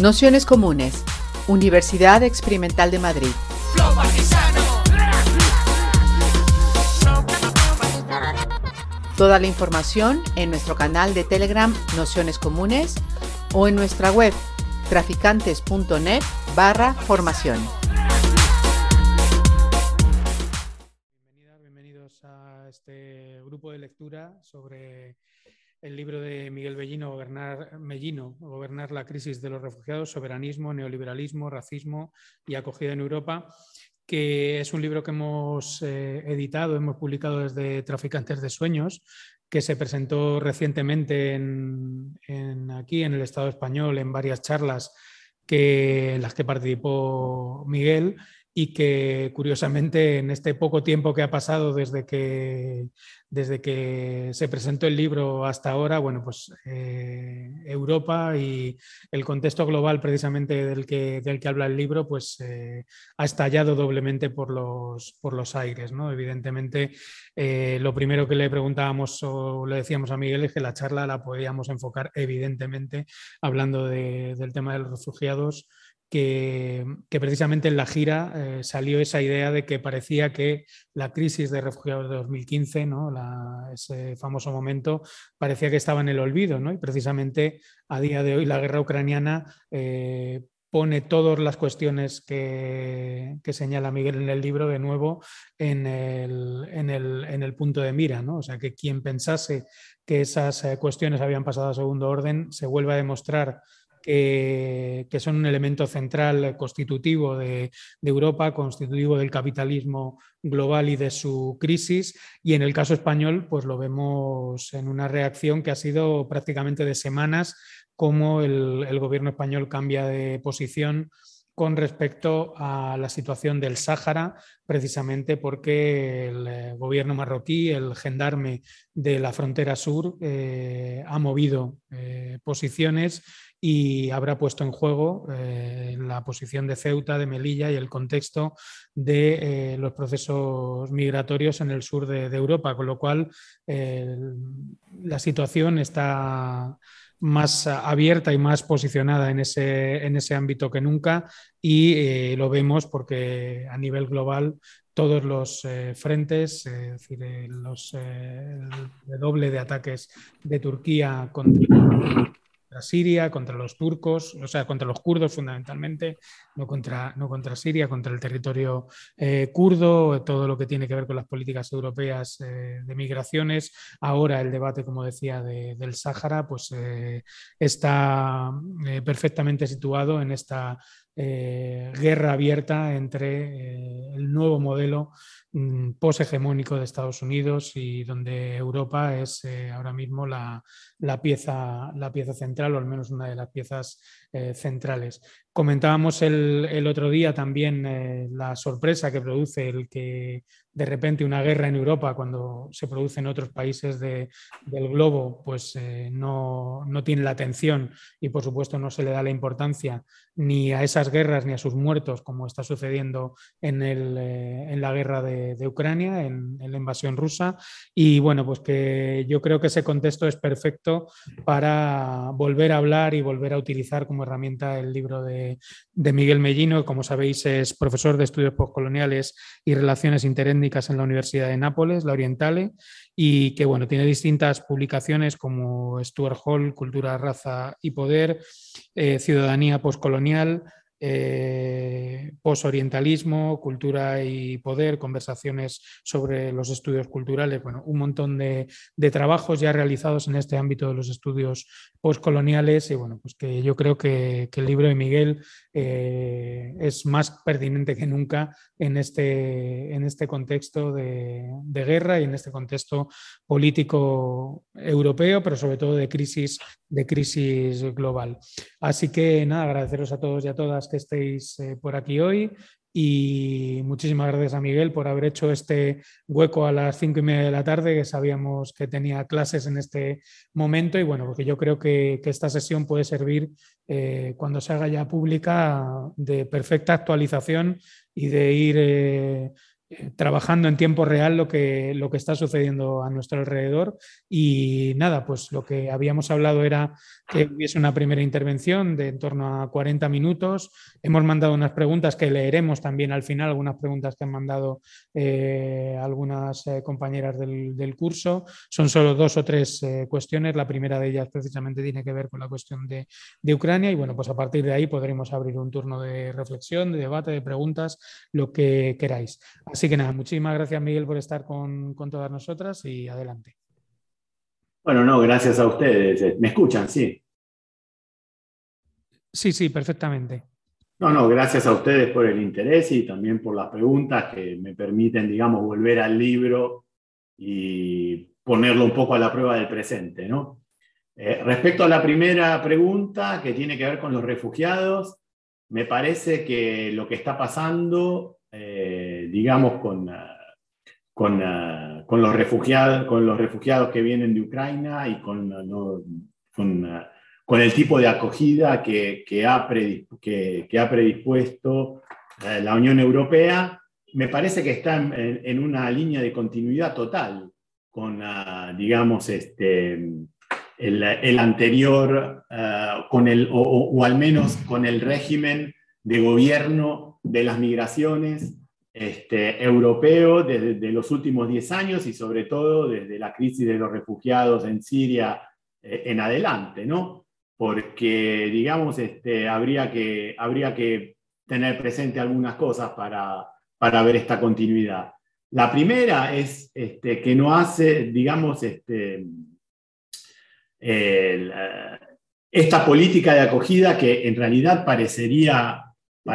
Nociones Comunes, Universidad Experimental de Madrid. Toda la información en nuestro canal de Telegram Nociones Comunes o en nuestra web traficantes.net/formación. Bienvenidos a este grupo de lectura sobre el libro de Miguel Gobernar la crisis de los refugiados, soberanismo, neoliberalismo, racismo y acogida en Europa, que es un libro que hemos hemos publicado desde Traficantes de Sueños, que se presentó recientemente aquí en el Estado español en varias charlas en las que participó Miguel, y que curiosamente en este poco tiempo que ha pasado desde que se presentó el libro hasta ahora, bueno, pues Europa y el contexto global precisamente del que habla el libro, pues ha estallado doblemente por los aires, ¿no? Evidentemente, lo primero que le preguntábamos o le decíamos a Miguel es que la charla la podíamos enfocar evidentemente hablando del tema de los refugiados, que precisamente en la gira salió esa idea de que parecía que la crisis de refugiados de 2015, ¿no? Ese famoso momento, parecía que estaba en el olvido, ¿no? Y precisamente a día de hoy la guerra ucraniana pone todas las cuestiones que señala Miguel en el libro de nuevo en el punto de mira, ¿no? O sea, que quien pensase que esas cuestiones habían pasado a segundo orden se vuelve a demostrar que son un elemento central constitutivo de Europa, constitutivo del capitalismo global y de su crisis, y en el caso español pues lo vemos en una reacción que ha sido prácticamente de semanas, como el gobierno español cambia de posición con respecto a la situación del Sáhara, precisamente porque el gobierno marroquí, el gendarme de la frontera sur, ha movido posiciones y habrá puesto en juego la posición de Ceuta, de Melilla y el contexto de los procesos migratorios en el sur de Europa, con lo cual la situación está más abierta y más posicionada en ese ámbito que nunca, y lo vemos porque a nivel global todos los frentes, es decir, el doble de ataques de Turquía contra Siria, contra los turcos, o sea, contra los kurdos fundamentalmente, no contra Siria, contra el territorio kurdo, todo lo que tiene que ver con las políticas europeas de migraciones. Ahora el debate, como decía, del Sáhara, pues está perfectamente situado en esta guerra abierta entre el nuevo modelo poshegemónico de Estados Unidos, y donde Europa es ahora mismo la pieza central, o al menos una de las piezas centrales. Comentábamos el otro día también la sorpresa que produce el que de repente una guerra en Europa, cuando se produce en otros países del globo, pues no tiene la atención y por supuesto no se le da la importancia ni a esas guerras ni a sus muertos, como está sucediendo en la guerra de Ucrania, en la invasión rusa. Y bueno, pues que yo creo que ese contexto es perfecto para volver a hablar y volver a utilizar como herramienta el libro de Miguel Mellino, que como sabéis es profesor de estudios postcoloniales y relaciones interétnicas en la Universidad de Nápoles, la Orientale, y que bueno, tiene distintas publicaciones como Stuart Hall, Cultura, Raza y Poder, Ciudadanía Postcolonial, posorientalismo, cultura y poder, conversaciones sobre los estudios culturales, bueno, un montón de trabajos ya realizados en este ámbito de los estudios postcoloniales, y bueno, pues que yo creo que el libro de Miguel es más pertinente que nunca en este contexto de guerra y en este contexto político europeo, pero sobre todo de crisis global. Así que nada, agradeceros a todos y a todas que estéis por aquí hoy, y muchísimas gracias a Miguel por haber hecho este hueco a las 5:30 de la tarde, que sabíamos que tenía clases en este momento, y bueno, porque yo creo que esta sesión puede servir cuando se haga ya pública de perfecta actualización y de ir trabajando en tiempo real lo que está sucediendo a nuestro alrededor. Y nada, pues lo que habíamos hablado era que hubiese una primera intervención de en torno a 40 minutos. Hemos mandado unas preguntas que leeremos también al final, algunas preguntas que han mandado algunas compañeras del curso. Son solo 2 o 3 cuestiones. La primera de ellas precisamente tiene que ver con la cuestión de Ucrania, y bueno, pues a partir de ahí podremos abrir un turno de reflexión, de debate, de preguntas, lo que queráis. Así que nada, muchísimas gracias, Miguel, por estar con todas nosotras, y adelante. Bueno, no, gracias a ustedes. ¿Me escuchan? Sí. Sí, perfectamente. No, gracias a ustedes por el interés y también por las preguntas que me permiten, digamos, volver al libro y ponerlo un poco a la prueba del presente, ¿no? Respecto a la primera pregunta, que tiene que ver con los refugiados, me parece que lo que está pasando, digamos, con los refugiados que vienen de Ucrania y con el tipo de acogida que ha predispuesto la Unión Europea, me parece que está en una línea de continuidad total con, digamos, el anterior, o al menos con el régimen de gobierno de las migraciones europeo desde los últimos 10 años, y sobre todo desde la crisis de los refugiados en Siria en adelante, ¿no? Porque, digamos, habría que tener presente algunas cosas para ver esta continuidad. La primera es que no hace, digamos, esta política de acogida que en realidad parecería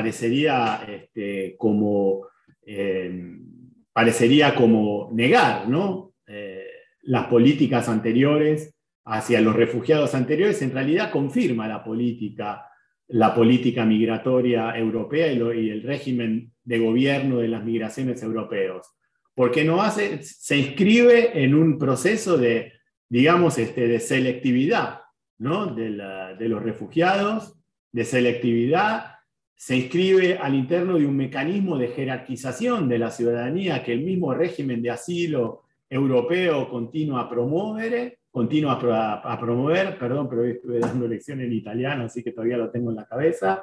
como negar, ¿no? Las políticas anteriores hacia los refugiados anteriores, en realidad confirma la política migratoria europea y el régimen de gobierno de las migraciones europeos. Porque se inscribe en un proceso de, digamos, de selectividad, ¿no? de los refugiados, de selectividad. Se inscribe al interno de un mecanismo de jerarquización de la ciudadanía que el mismo régimen de asilo europeo continúa a promover, perdón, pero hoy estuve dando lección en italiano, así que todavía lo tengo en la cabeza,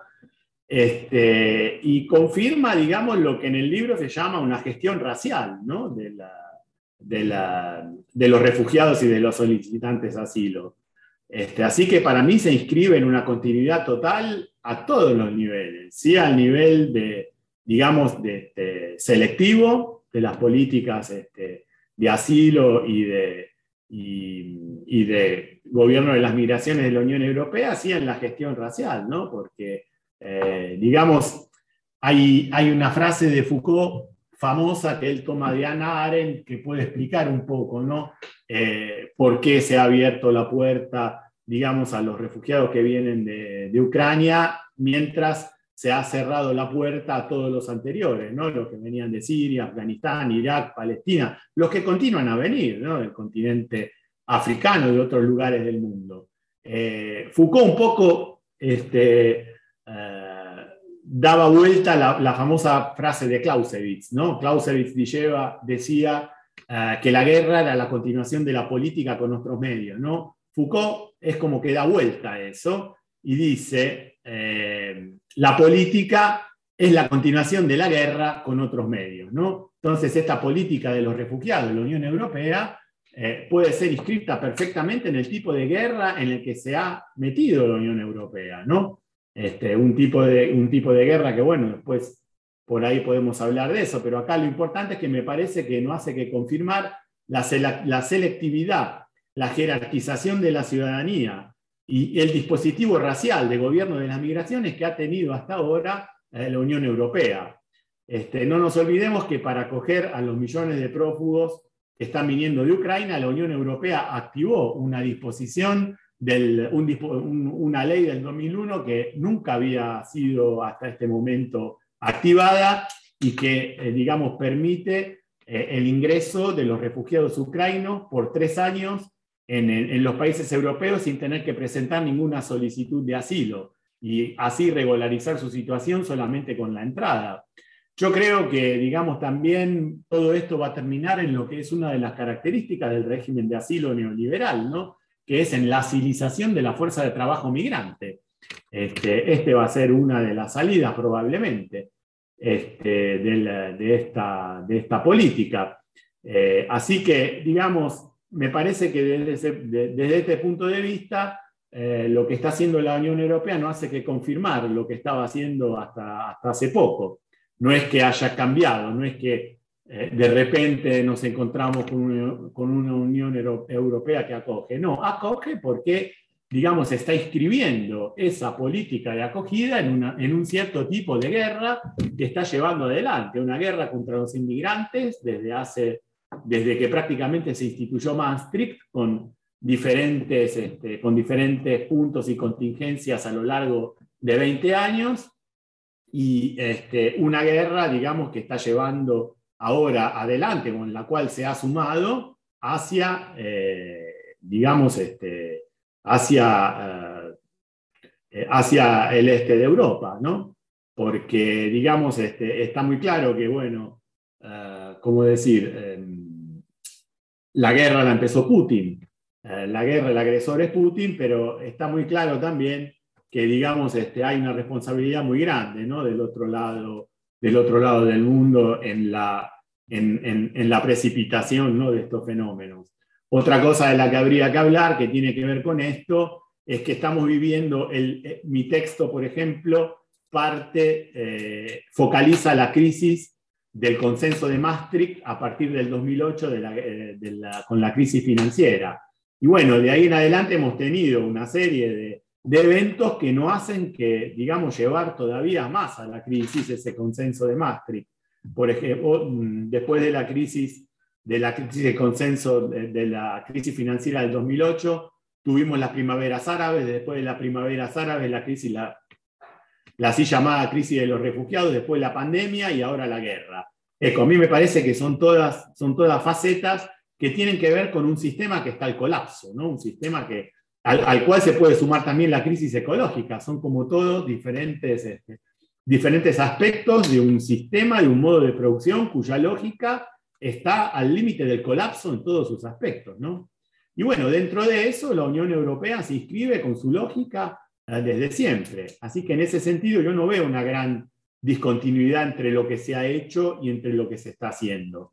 y confirma, digamos, lo que en el libro se llama una gestión racial, ¿no? de los refugiados y de los solicitantes de asilo. Así que para mí se inscribe en una continuidad total a todos los niveles, ¿sí? Al nivel digamos, selectivo de las políticas de asilo y de gobierno de las migraciones de la Unión Europea, sí, en la gestión racial, ¿no? Porque, digamos, hay una frase de Foucault famosa que él toma de Hannah Arendt que puede explicar un poco, ¿no? Por qué se ha abierto la puerta, digamos, a los refugiados que vienen de Ucrania, mientras se ha cerrado la puerta a todos los anteriores, ¿no? Los que venían de Siria, Afganistán, Irak, Palestina, los que continúan a venir, ¿no? Del continente africano y de otros lugares del mundo. Foucault un poco daba vuelta la famosa frase de Clausewitz, ¿no? Clausewitz decía que la guerra era la continuación de la política con otros medios, ¿no? Foucault es como que da vuelta a eso y dice, la política es la continuación de la guerra con otros medios, ¿no? Entonces esta política de los refugiados de la Unión Europea puede ser inscrita perfectamente en el tipo de guerra en el que se ha metido la Unión Europea, ¿no? Un tipo de guerra que, bueno, después por ahí podemos hablar de eso, pero acá lo importante es que me parece que no hace que confirmar la selectividad, la jerarquización de la ciudadanía y el dispositivo racial de gobierno de las migraciones que ha tenido hasta ahora la Unión Europea. No nos olvidemos que para acoger a los millones de prófugos que están viniendo de Ucrania, la Unión Europea activó una disposición, una ley del 2001 que nunca había sido hasta este momento activada y que, digamos, permite el ingreso de los refugiados ucranianos por 3 años en los países europeos sin tener que presentar ninguna solicitud de asilo y así regularizar su situación solamente con la entrada. yo creo que, digamos, también todo esto va a terminar en lo que es una de las características del régimen de asilo neoliberal, ¿no? Que es en la asilización de la fuerza de trabajo migrante. Este va a ser una de las salidas probablemente de esta política. Así que, digamos, me parece que desde este punto de vista, lo que está haciendo la Unión Europea no hace que confirmar lo que estaba haciendo hasta hace poco. No es que haya cambiado, no es que de repente nos encontramos con una Unión Europea que acoge. No, acoge porque, digamos, está inscribiendo esa política de acogida en un cierto tipo de guerra que está llevando adelante, una guerra contra los inmigrantes desde que prácticamente se instituyó Maastricht con diferentes puntos y contingencias a lo largo de 20 años, y una guerra, digamos, que está llevando ahora adelante, con la cual se ha sumado hacia, digamos, hacia el este de Europa, ¿no? Porque, digamos, está muy claro que, bueno, ¿cómo decir? La guerra la empezó Putin. La guerra, el agresor es Putin, pero está muy claro también que, digamos, hay una responsabilidad muy grande, ¿no? Del otro lado del mundo en la precipitación, ¿no? De estos fenómenos. Otra cosa de la que habría que hablar, que tiene que ver con esto, es que estamos viviendo, mi texto, por ejemplo, focaliza la crisis del consenso de Maastricht a partir del 2008 con la crisis financiera. Y bueno, de ahí en adelante hemos tenido una serie de eventos que no hacen que, digamos, llevar todavía más a la crisis ese consenso de Maastricht. Por ejemplo, después de la crisis de consenso, de la crisis financiera del 2008, tuvimos las primaveras árabes. Después de las primaveras árabes, la así llamada crisis de los refugiados, después la pandemia y ahora la guerra. A mí me parece que son todas facetas que tienen que ver con un sistema que está al colapso, ¿no? Un sistema al cual se puede sumar también la crisis ecológica. Son como todos diferentes aspectos de un sistema, de un modo de producción cuya lógica está al límite del colapso en todos sus aspectos, ¿no? Y bueno, dentro de eso la Unión Europea se inscribe con su lógica desde siempre. Así que en ese sentido yo no veo una gran discontinuidad entre lo que se ha hecho y entre lo que se está haciendo.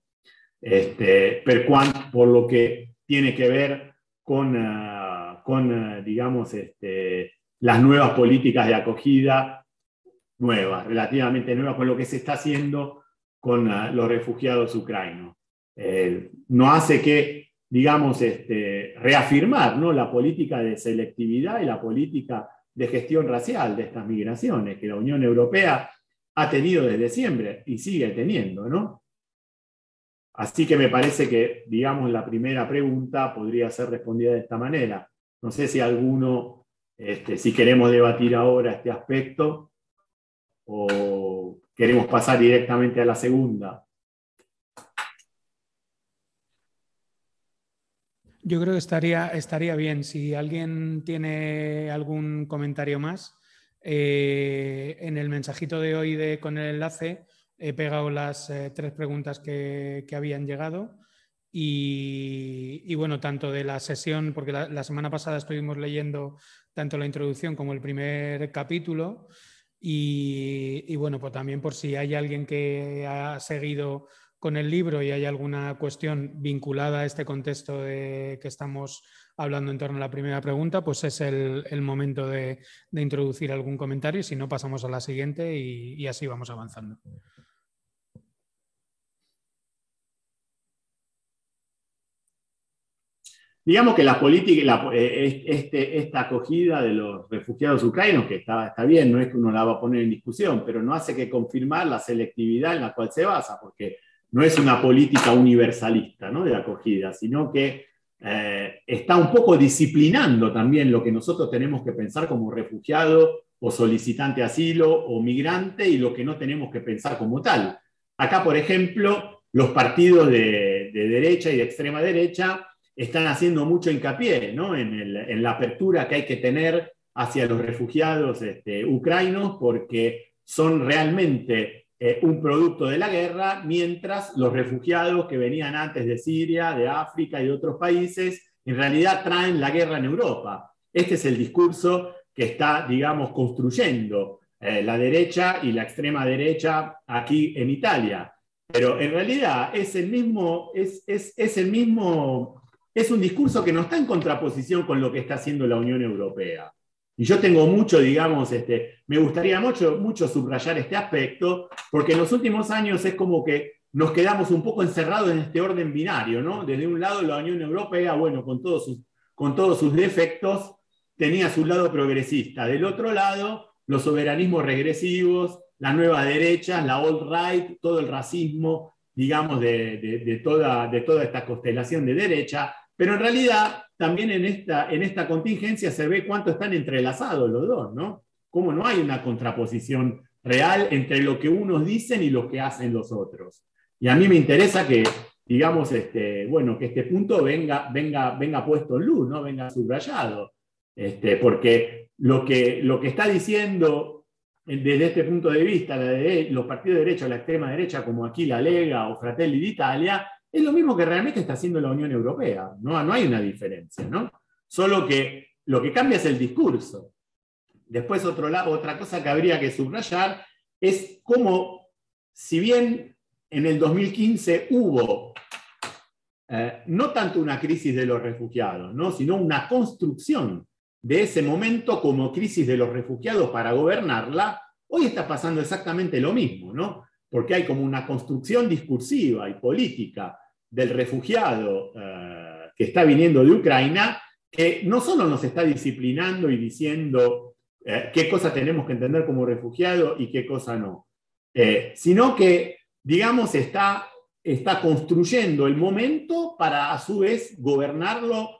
Por lo que tiene que ver con digamos, las nuevas políticas de acogida, relativamente nuevas, con lo que se está haciendo con los refugiados ucranianos. No hace que, digamos, reafirmar, ¿no?, la política de selectividad y la política de gestión racial de estas migraciones que la Unión Europea ha tenido desde siempre y sigue teniendo, ¿no? Así que me parece que, digamos, la primera pregunta podría ser respondida de esta manera. No sé si alguno, si queremos debatir ahora este aspecto o queremos pasar directamente a la segunda. Yo creo que estaría bien. Si alguien tiene algún comentario más, en el mensajito de hoy con el enlace he pegado las 3 preguntas que habían llegado y bueno, tanto de la sesión, porque la semana pasada estuvimos leyendo tanto la introducción como el primer capítulo y bueno, pues también por si hay alguien que ha seguido con el libro y hay alguna cuestión vinculada a este contexto que estamos hablando en torno a la primera pregunta, pues es el momento de introducir algún comentario y si no pasamos a la siguiente y así vamos avanzando. Digamos que la política, esta acogida de los refugiados ucranianos, que está bien, no es que uno la va a poner en discusión, pero no hace que confirmar la selectividad en la cual se basa, porque no es una política universalista, ¿no?, de acogida, sino que está un poco disciplinando también lo que nosotros tenemos que pensar como refugiado o solicitante de asilo o migrante y lo que no tenemos que pensar como tal. Acá, por ejemplo, los partidos de derecha y de extrema derecha están haciendo mucho hincapié, ¿no?, en la apertura que hay que tener hacia los refugiados ucranianos, porque son realmente un producto de la guerra, mientras los refugiados que venían antes de Siria, de África y de otros países, en realidad traen la guerra en Europa. Este es el discurso que está, digamos, construyendo la derecha y la extrema derecha aquí en Italia. Pero en realidad es el mismo, es un discurso que no está en contraposición con lo que está haciendo la Unión Europea. Y yo tengo mucho, digamos, me gustaría mucho subrayar este aspecto, porque en los últimos años es como que nos quedamos un poco encerrados en este orden binario, ¿no? Desde un lado la Unión Europea, bueno, con todos sus defectos, tenía su lado progresista. Del otro lado, los soberanismos regresivos, las nuevas derechas, la alt-right, todo el racismo, digamos, de toda esta constelación de derecha. Pero en realidad, también en esta contingencia se ve cuánto están entrelazados los dos, ¿no? Cómo no hay una contraposición real entre lo que unos dicen y lo que hacen los otros. Y a mí me interesa que, digamos, bueno, que este punto venga puesto en luz, ¿no? Venga subrayado. Porque lo que está diciendo desde este punto de vista los partidos de derecha o la extrema derecha, como aquí la Lega o Fratelli d'Italia, es lo mismo que realmente está haciendo la Unión Europea. No hay una diferencia, ¿no? Solo que lo que cambia es el discurso. Después otra cosa que habría que subrayar es cómo, si bien en el 2015 hubo no tanto una crisis de los refugiados, ¿no? Sino una construcción de ese momento como crisis de los refugiados para gobernarla, hoy está pasando exactamente lo mismo, ¿no? Porque hay como una construcción discursiva y política del refugiado que está viniendo de Ucrania, que no solo nos está disciplinando y diciendo qué cosa tenemos que entender como refugiado y qué cosa no, sino que, digamos, está construyendo el momento para a su vez gobernarlo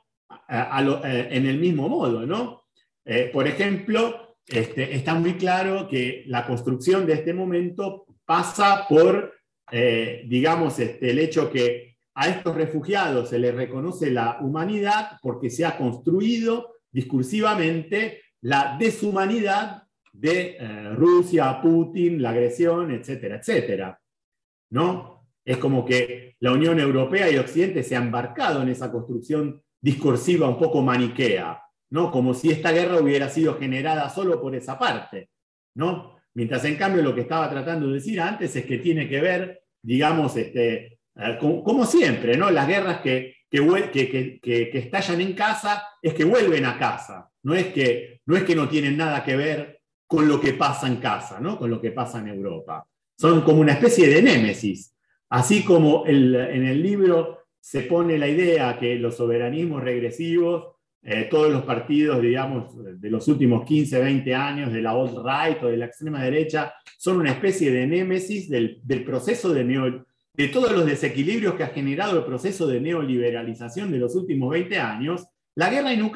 en el mismo modo, ¿no? Por ejemplo, está muy claro que la construcción de este momento pasa por, digamos, el hecho que a estos refugiados se les reconoce la humanidad porque se ha construido discursivamente la deshumanidad de Rusia, Putin, la agresión, etcétera, etcétera, ¿no? Es como que la Unión Europea y Occidente se han embarcado en esa construcción discursiva un poco maniquea, ¿no? Como si esta guerra hubiera sido generada solo por esa parte, ¿no? Mientras en cambio lo que estaba tratando de decir antes es que tiene que ver, digamos, como siempre, ¿no? Las guerras que estallan en casa es que vuelven a casa, no es que no tienen nada que ver con lo que pasa en casa, ¿no? Con lo que pasa en Europa. Son como una especie de némesis, así como en el libro se pone la idea que los soberanismos regresivos, todos los partidos, digamos, de los últimos 15, 20 años, de la alt-right o de la extrema derecha, son una especie de némesis del proceso de todos los desequilibrios que ha generado el proceso de neoliberalización de los últimos 20 años. La guerra en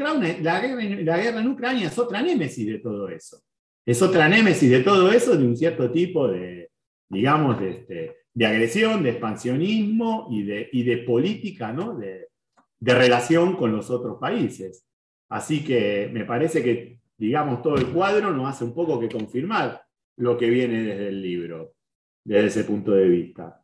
Ucrania es otra némesis de todo eso. Es otra némesis de todo eso, de un cierto tipo de, digamos, de agresión, de expansionismo y de política, ¿no? De relación con los otros países. Así que me parece que, digamos, todo el cuadro nos hace un poco que confirmar lo que viene desde el libro, desde ese punto de vista.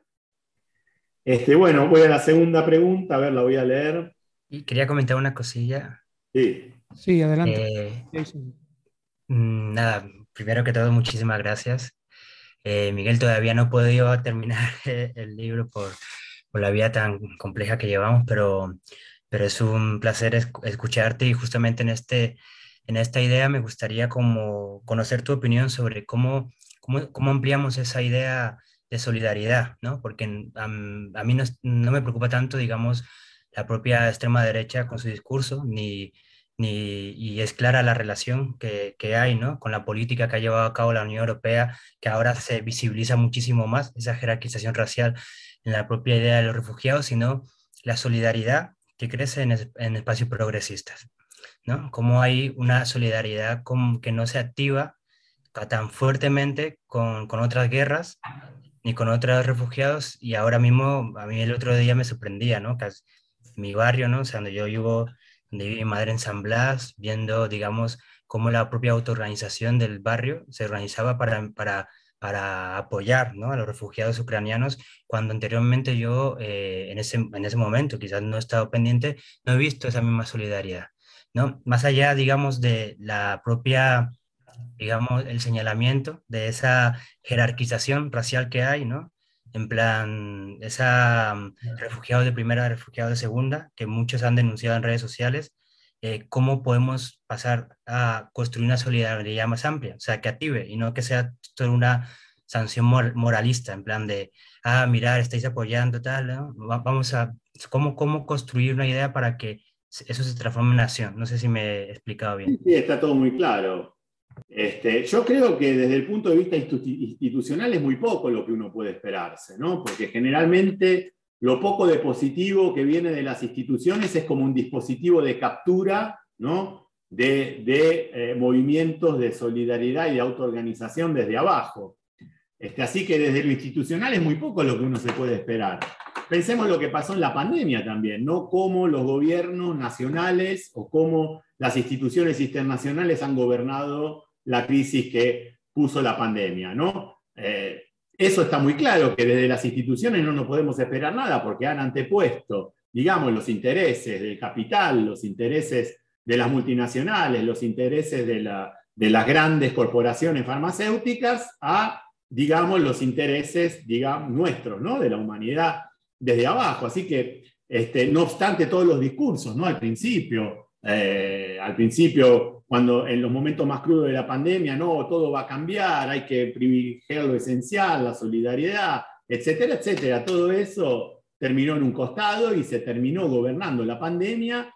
Bueno, voy a la segunda pregunta, a ver, la voy a leer. Y quería comentar una cosilla. Sí. Sí, adelante. Nada, primero que todo, muchísimas gracias. Miguel, todavía no he podido terminar el libro por la vida tan compleja que llevamos, pero es un placer escucharte y justamente en esta idea me gustaría como conocer tu opinión sobre cómo ampliamos esa idea de solidaridad, ¿no? Porque a mí no me preocupa tanto, digamos, la propia extrema derecha con su discurso, y es clara la relación que hay, ¿no? Con la política que ha llevado a cabo la Unión Europea, que ahora se visibiliza muchísimo más esa jerarquización racial en la propia idea de los refugiados, sino la solidaridad que crece en espacios progresistas, ¿no? Cómo hay una solidaridad que no se activa tan fuertemente con otras guerras ni con otros refugiados, y ahora mismo, a mí el otro día me sorprendía, ¿no? Que mi barrio, ¿no? O sea, donde yo vivo, donde vive mi madre en San Blas, viendo, digamos, cómo la propia autoorganización del barrio se organizaba para para apoyar, ¿no?, a los refugiados ucranianos, cuando anteriormente yo, en ese momento, quizás no he estado pendiente, no he visto esa misma solidaridad, ¿no? Más allá, digamos, de la propia, digamos, el señalamiento de esa jerarquización racial que hay, ¿no? En plan, esa refugiados de primera, refugiados de segunda, que muchos han denunciado en redes sociales, ¿cómo podemos pasar a construir una solidaridad más amplia? O sea, que active y no que sea solo una sanción moralista, en plan de, ah, mirar, estáis apoyando tal, ¿no? Vamos a, ¿cómo construir una idea para que eso se transforme en acción? No sé si me he explicado bien. Sí, está todo muy claro. Yo creo que desde el punto de vista institucional es muy poco lo que uno puede esperarse, ¿no? Porque generalmente lo poco de positivo que viene de las instituciones es como un dispositivo de captura, ¿no?, de movimientos de solidaridad y de autoorganización desde abajo. Así que desde lo institucional es muy poco lo que uno se puede esperar. Pensemos lo que pasó en la pandemia también, ¿no? Cómo los gobiernos nacionales o cómo las instituciones internacionales han gobernado la crisis que puso la pandemia, ¿no? Eso está muy claro, que desde las instituciones no nos podemos esperar nada porque han antepuesto, digamos, los intereses del capital, los intereses de las multinacionales, los intereses de las grandes corporaciones farmacéuticas a, digamos, los intereses, digamos, nuestros, ¿no?, de la humanidad desde abajo. Así que, no obstante todos los discursos, ¿no?, al principio, cuando en los momentos más crudos de la pandemia, no, todo va a cambiar, hay que privilegiar lo esencial, la solidaridad, etcétera, etcétera. Todo eso terminó en un costado y se terminó gobernando la pandemia.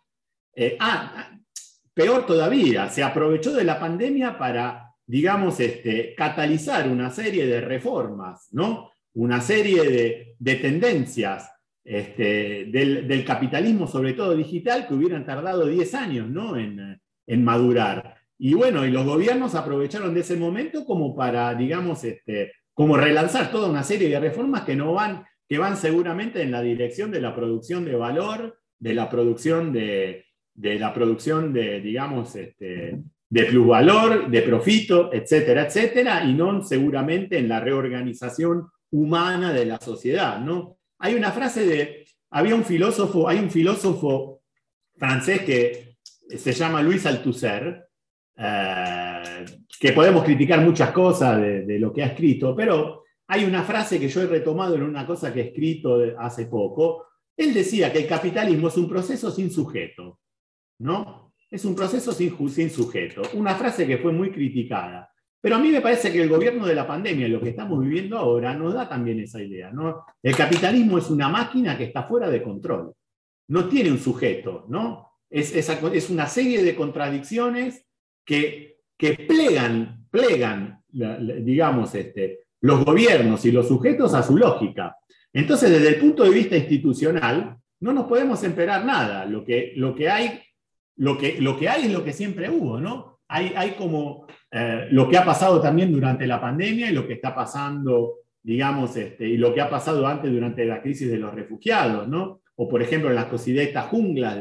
Peor todavía, se aprovechó de la pandemia para, digamos, catalizar una serie de reformas, ¿no?, una serie de tendencias del capitalismo, sobre todo digital, que hubieran tardado 10 años, ¿no?, en madurar. Y bueno, y los gobiernos aprovecharon de ese momento como para, digamos, como relanzar toda una serie de reformas que van seguramente en la dirección de la producción de valor, de la producción de digamos, de plusvalor, de profito, etcétera, etcétera, y no seguramente en la reorganización humana de la sociedad, ¿no? Hay una frase hay un filósofo francés que se llama Louis Althusser, que podemos criticar muchas cosas de lo que ha escrito, pero hay una frase que yo he retomado en una cosa que he escrito hace poco. Él decía que el capitalismo es un proceso sin sujeto, ¿no? Es un proceso sin sujeto. Una frase que fue muy criticada. Pero a mí me parece que el gobierno de la pandemia, lo que estamos viviendo ahora, nos da también esa idea, ¿no? El capitalismo es una máquina que está fuera de control. No tiene un sujeto, ¿no? Es una serie de contradicciones que plegan, digamos, los gobiernos y los sujetos a su lógica. Entonces, desde el punto de vista institucional, no nos podemos esperar nada. Lo que hay es lo que siempre hubo, ¿no? Hay como lo que ha pasado también durante la pandemia y lo que está pasando, digamos, y lo que ha pasado antes durante la crisis de los refugiados, ¿no? O, por ejemplo, en las cosidetas junglas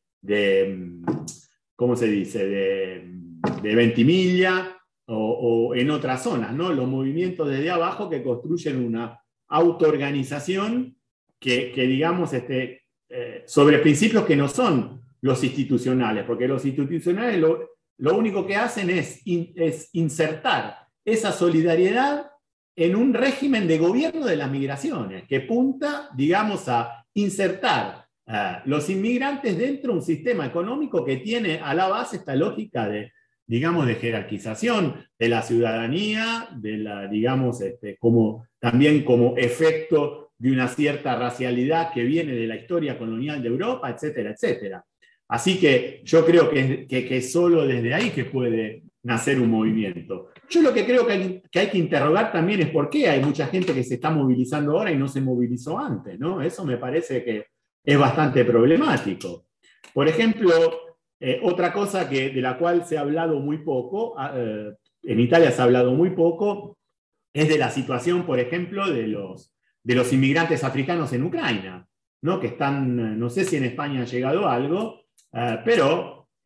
¿cómo se dice?, de Ventimiglia o en otras zonas, ¿no? Los movimientos desde abajo que construyen una autoorganización que digamos, sobre principios que no son los institucionales, porque los institucionales lo único que hacen es insertar esa solidaridad en un régimen de gobierno de las migraciones, que apunta, digamos, a insertar los inmigrantes dentro de un sistema económico que tiene a la base esta lógica de, digamos, de jerarquización de la ciudadanía, digamos, también como efecto de una cierta racialidad que viene de la historia colonial de Europa, etcétera, etcétera. Así que yo creo que es solo desde ahí que puede nacer un movimiento. Yo lo que creo que hay que interrogar también es por qué hay mucha gente que se está movilizando ahora y no se movilizó antes, ¿no? Eso me parece que es bastante problemático. Por ejemplo, otra cosa de la cual se ha hablado muy poco, en Italia se ha hablado muy poco, es de la situación, por ejemplo, de los inmigrantes africanos en Ucrania, ¿no? Que están, no sé si en España ha llegado algo, pero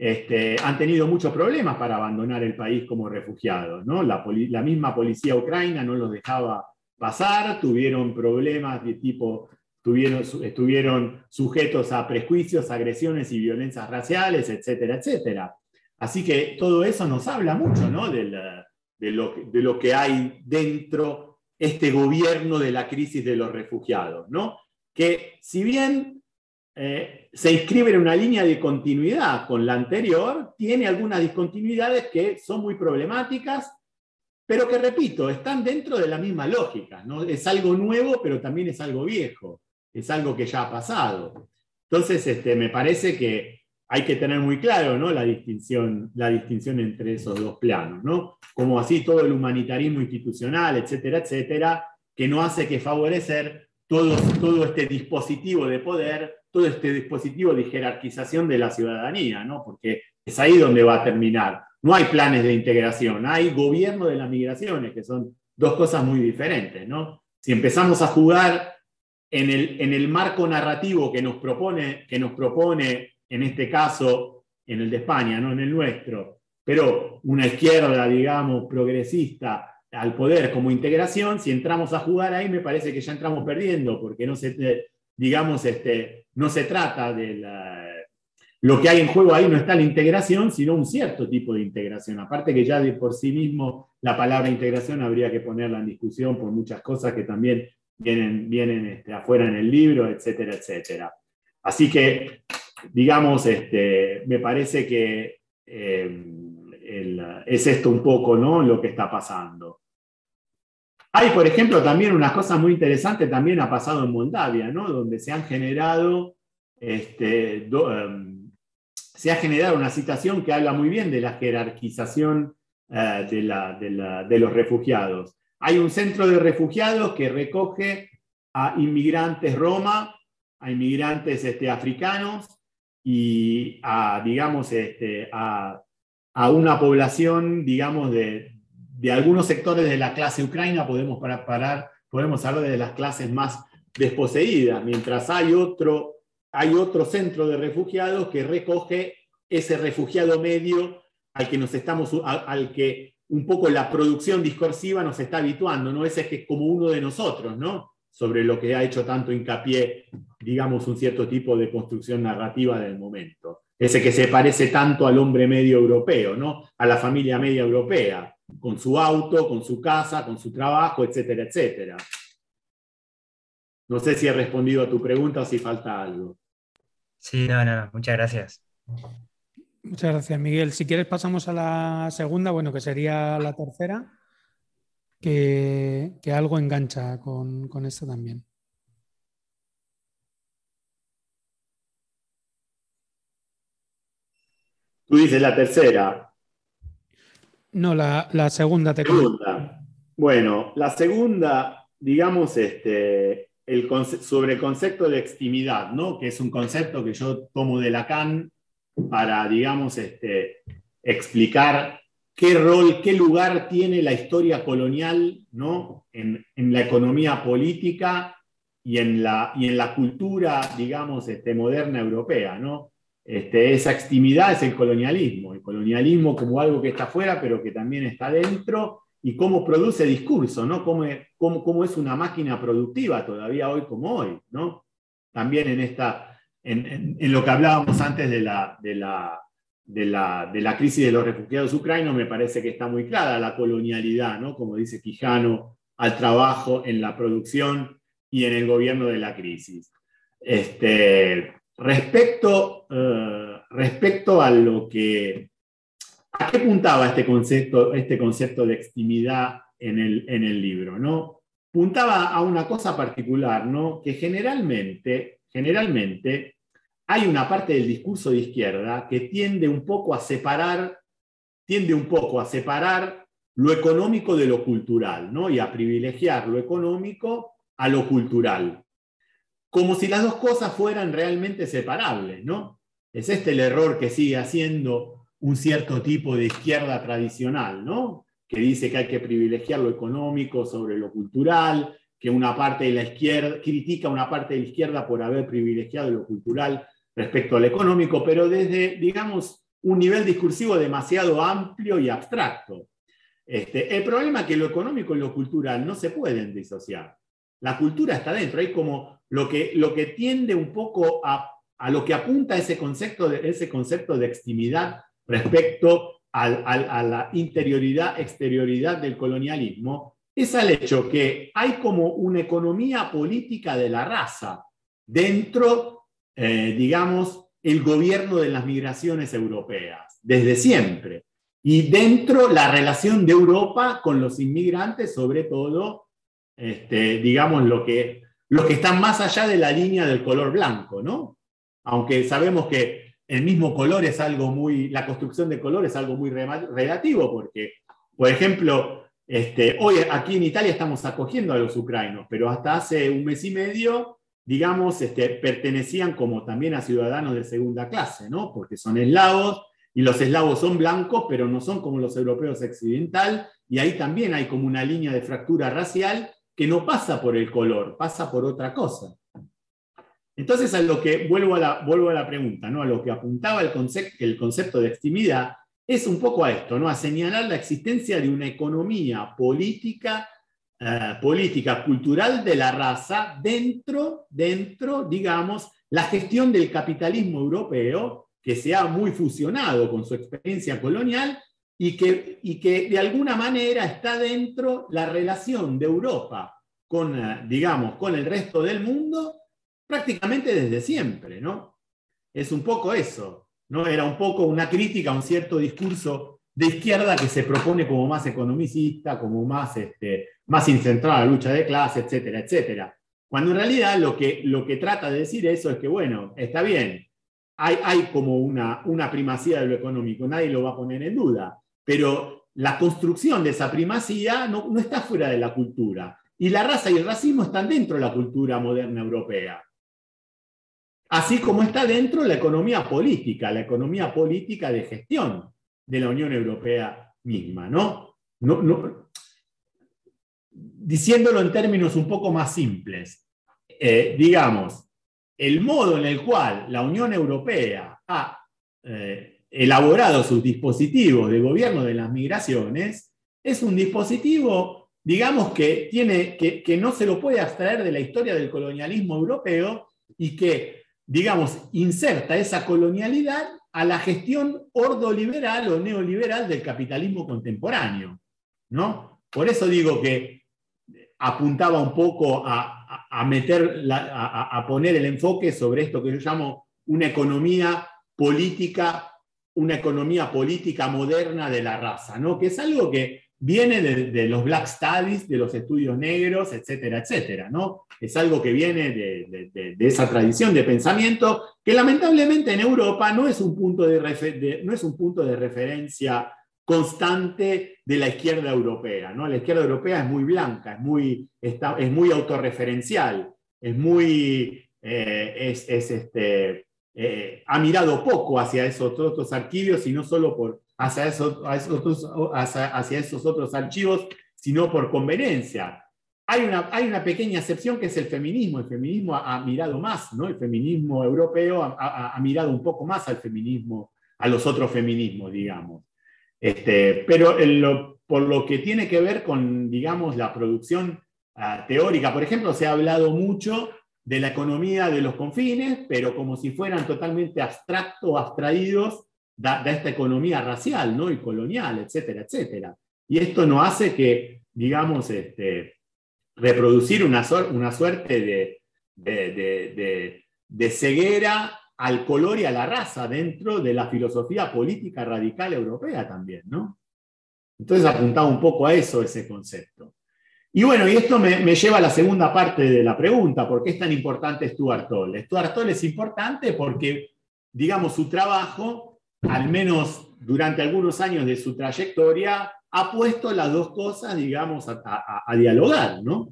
han tenido muchos problemas para abandonar el país como refugiados, ¿no? La misma policía ucraniana no los dejaba pasar, tuvieron problemas de tipo, estuvieron sujetos a prejuicios, agresiones y violencias raciales, etcétera, etcétera. Así que todo eso nos habla mucho, ¿no? de lo que hay dentro este gobierno de la crisis de los refugiados, ¿no? Que si bien se inscribe en una línea de continuidad con la anterior, tiene algunas discontinuidades que son muy problemáticas, pero que, repito, están dentro de la misma lógica, ¿no? Es algo nuevo, pero también es algo viejo, es algo que ya ha pasado. Entonces, me parece que hay que tener muy claro, ¿no? la distinción entre esos dos planos, ¿no? Como así todo el humanitarismo institucional, etcétera, etcétera, que no hace que favorecer todo este dispositivo de poder, todo este dispositivo de jerarquización de la ciudadanía, ¿no? Porque es ahí donde va a terminar. No hay planes de integración, hay gobierno de las migraciones, que son dos cosas muy diferentes, ¿no? Si empezamos a jugar en el marco narrativo que nos propone, en este caso, en el de España, no en el nuestro, pero una izquierda, digamos, progresista al poder como integración, si entramos a jugar ahí, me parece que ya entramos perdiendo, porque no se trata de lo que hay en juego ahí, no está la integración, sino un cierto tipo de integración. Aparte que ya de por sí mismo la palabra integración habría que ponerla en discusión por muchas cosas que también vienen afuera en el libro, etcétera, etcétera. Así que, digamos, me parece que es esto un poco, ¿no?, lo que está pasando. Hay, por ejemplo, también unas cosas muy interesantes, también ha pasado en Moldavia, ¿no?, donde se han generado, se ha generado una situación que habla muy bien de la jerarquización de los refugiados. Hay un centro de refugiados que recoge a inmigrantes roma, a inmigrantes africanos y digamos, a una población, digamos, de algunos sectores de la clase ucraniana, podemos hablar de las clases más desposeídas, mientras hay otro centro de refugiados que recoge ese refugiado medio al que un poco la producción discursiva nos está habituando, ¿no? Ese que es como uno de nosotros, ¿no? Sobre lo que ha hecho tanto hincapié, digamos, un cierto tipo de construcción narrativa del momento. Ese que se parece tanto al hombre medio europeo, ¿no? A la familia media europea, con su auto, con su casa, con su trabajo, etcétera, etcétera. No sé si he respondido a tu pregunta o si falta algo. Sí, no, muchas gracias. Muchas gracias, Miguel. Si quieres pasamos a la segunda, bueno, que sería la tercera, que algo engancha con esto también. Tú dices la tercera. No, la segunda te Segunda. Bueno, la segunda, digamos, sobre el concepto de extimidad, ¿no? Que es un concepto que yo tomo de Lacan para, digamos, explicar qué rol, qué lugar tiene la historia colonial, ¿no?, en la economía política y en la cultura, digamos, moderna europea, ¿no? Esa extimidad es el colonialismo como algo que está afuera, pero que también está dentro, y cómo produce discurso, ¿no? Cómo es una máquina productiva todavía hoy como hoy, ¿no? También en lo que hablábamos antes de la crisis de los refugiados ucranianos, me parece que está muy clara la colonialidad, ¿no? Como dice Quijano, al trabajo en la producción y en el gobierno de la crisis. Respecto ¿a qué puntaba este concepto de extimidad en el libro, ¿no? Puntaba a una cosa particular, ¿no? Que generalmente hay una parte del discurso de izquierda que tiende un poco a separar lo económico de lo cultural, ¿no? Y a privilegiar lo económico a lo cultural, como si las dos cosas fueran realmente separables, ¿no? Es el error que sigue haciendo un cierto tipo de izquierda tradicional, ¿no? Que dice que hay que privilegiar lo económico sobre lo cultural, que una parte de la izquierda critica a una parte de la izquierda por haber privilegiado lo cultural respecto al económico, pero desde, digamos, un nivel discursivo demasiado amplio y abstracto. El problema es que lo económico y lo cultural no se pueden disociar. La cultura está dentro, hay como lo que tiende un poco a lo que apunta ese concepto de extimidad respecto a la interioridad, exterioridad del colonialismo, es al hecho que hay como una economía política de la raza dentro, digamos, el gobierno de las migraciones europeas, desde siempre. Y dentro la relación de Europa con los inmigrantes, sobre todo, digamos, lo que están más allá de la línea del color blanco, ¿no? Aunque sabemos que el mismo color es algo la construcción de color es algo muy relativo, porque, por ejemplo, hoy aquí en Italia estamos acogiendo a los ucranianos, pero hasta hace un mes y medio, digamos, pertenecían como también a ciudadanos de segunda clase, ¿no? Porque son eslavos, y los eslavos son blancos, pero no son como los europeos occidental, y ahí también hay como una línea de fractura racial que no pasa por el color, pasa por otra cosa. Entonces, a lo que vuelvo a la pregunta, ¿no? A lo que apuntaba el concepto de extimidad, es un poco a esto, ¿no? A señalar la existencia de una economía política, cultural de la raza dentro, digamos, la gestión del capitalismo europeo, que se ha muy fusionado con su experiencia colonial y que de alguna manera está dentro la relación de Europa con, digamos, con el resto del mundo prácticamente desde siempre, ¿no? Es un poco eso, ¿no? Era un poco una crítica a un cierto discurso de izquierda que se propone como más economicista, como más centrado en la lucha de clase, etcétera, etcétera. Cuando en realidad lo que trata de decir eso es que, bueno, está bien, hay como una primacía de lo económico, nadie lo va a poner en duda, pero la construcción de esa primacía no está fuera de la cultura. Y la raza y el racismo están dentro de la cultura moderna europea. Así como está dentro la economía política de gestión de la Unión Europea misma, ¿no? Diciéndolo en términos un poco más simples, digamos, el modo en el cual la Unión Europea ha elaborado sus dispositivos de gobierno de las migraciones es un dispositivo, digamos, que no se lo puede abstraer de la historia del colonialismo europeo y que, digamos, inserta esa colonialidad a la gestión ordoliberal o neoliberal del capitalismo contemporáneo, ¿no? Por eso digo que apuntaba un poco a poner el enfoque sobre esto que yo llamo una economía política moderna de la raza, ¿no? Que es algo que viene de los Black Studies, de los estudios negros, etcétera, etcétera, ¿no? Es algo que viene de esa tradición de pensamiento que lamentablemente en Europa no es un punto de referencia constante de la izquierda europea, ¿no? La izquierda europea es muy blanca, es muy autorreferencial, ha mirado poco hacia esos otros archivos y no solo hacia esos otros archivos, sino por conveniencia. Hay una pequeña excepción que es el feminismo. El feminismo ha mirado más, ¿no? El feminismo europeo ha mirado un poco más al feminismo, a los otros feminismos, digamos. Pero por lo que tiene que ver con, digamos, la producción teórica, por ejemplo, se ha hablado mucho de la economía de los confines, pero como si fueran totalmente abstraídos de esta economía racial, ¿no? Y colonial, etcétera, etcétera. Y esto no hace que, digamos, reproducir una suerte de ceguera al color y a la raza dentro de la filosofía política radical europea también, ¿no? Entonces apuntaba un poco a eso, ese concepto. Y bueno, y esto me lleva a la segunda parte de la pregunta, ¿por qué es tan importante Stuart Hall? Stuart Hall es importante porque, digamos, su trabajo, al menos durante algunos años de su trayectoria, ha puesto las dos cosas, digamos, a dialogar, ¿no?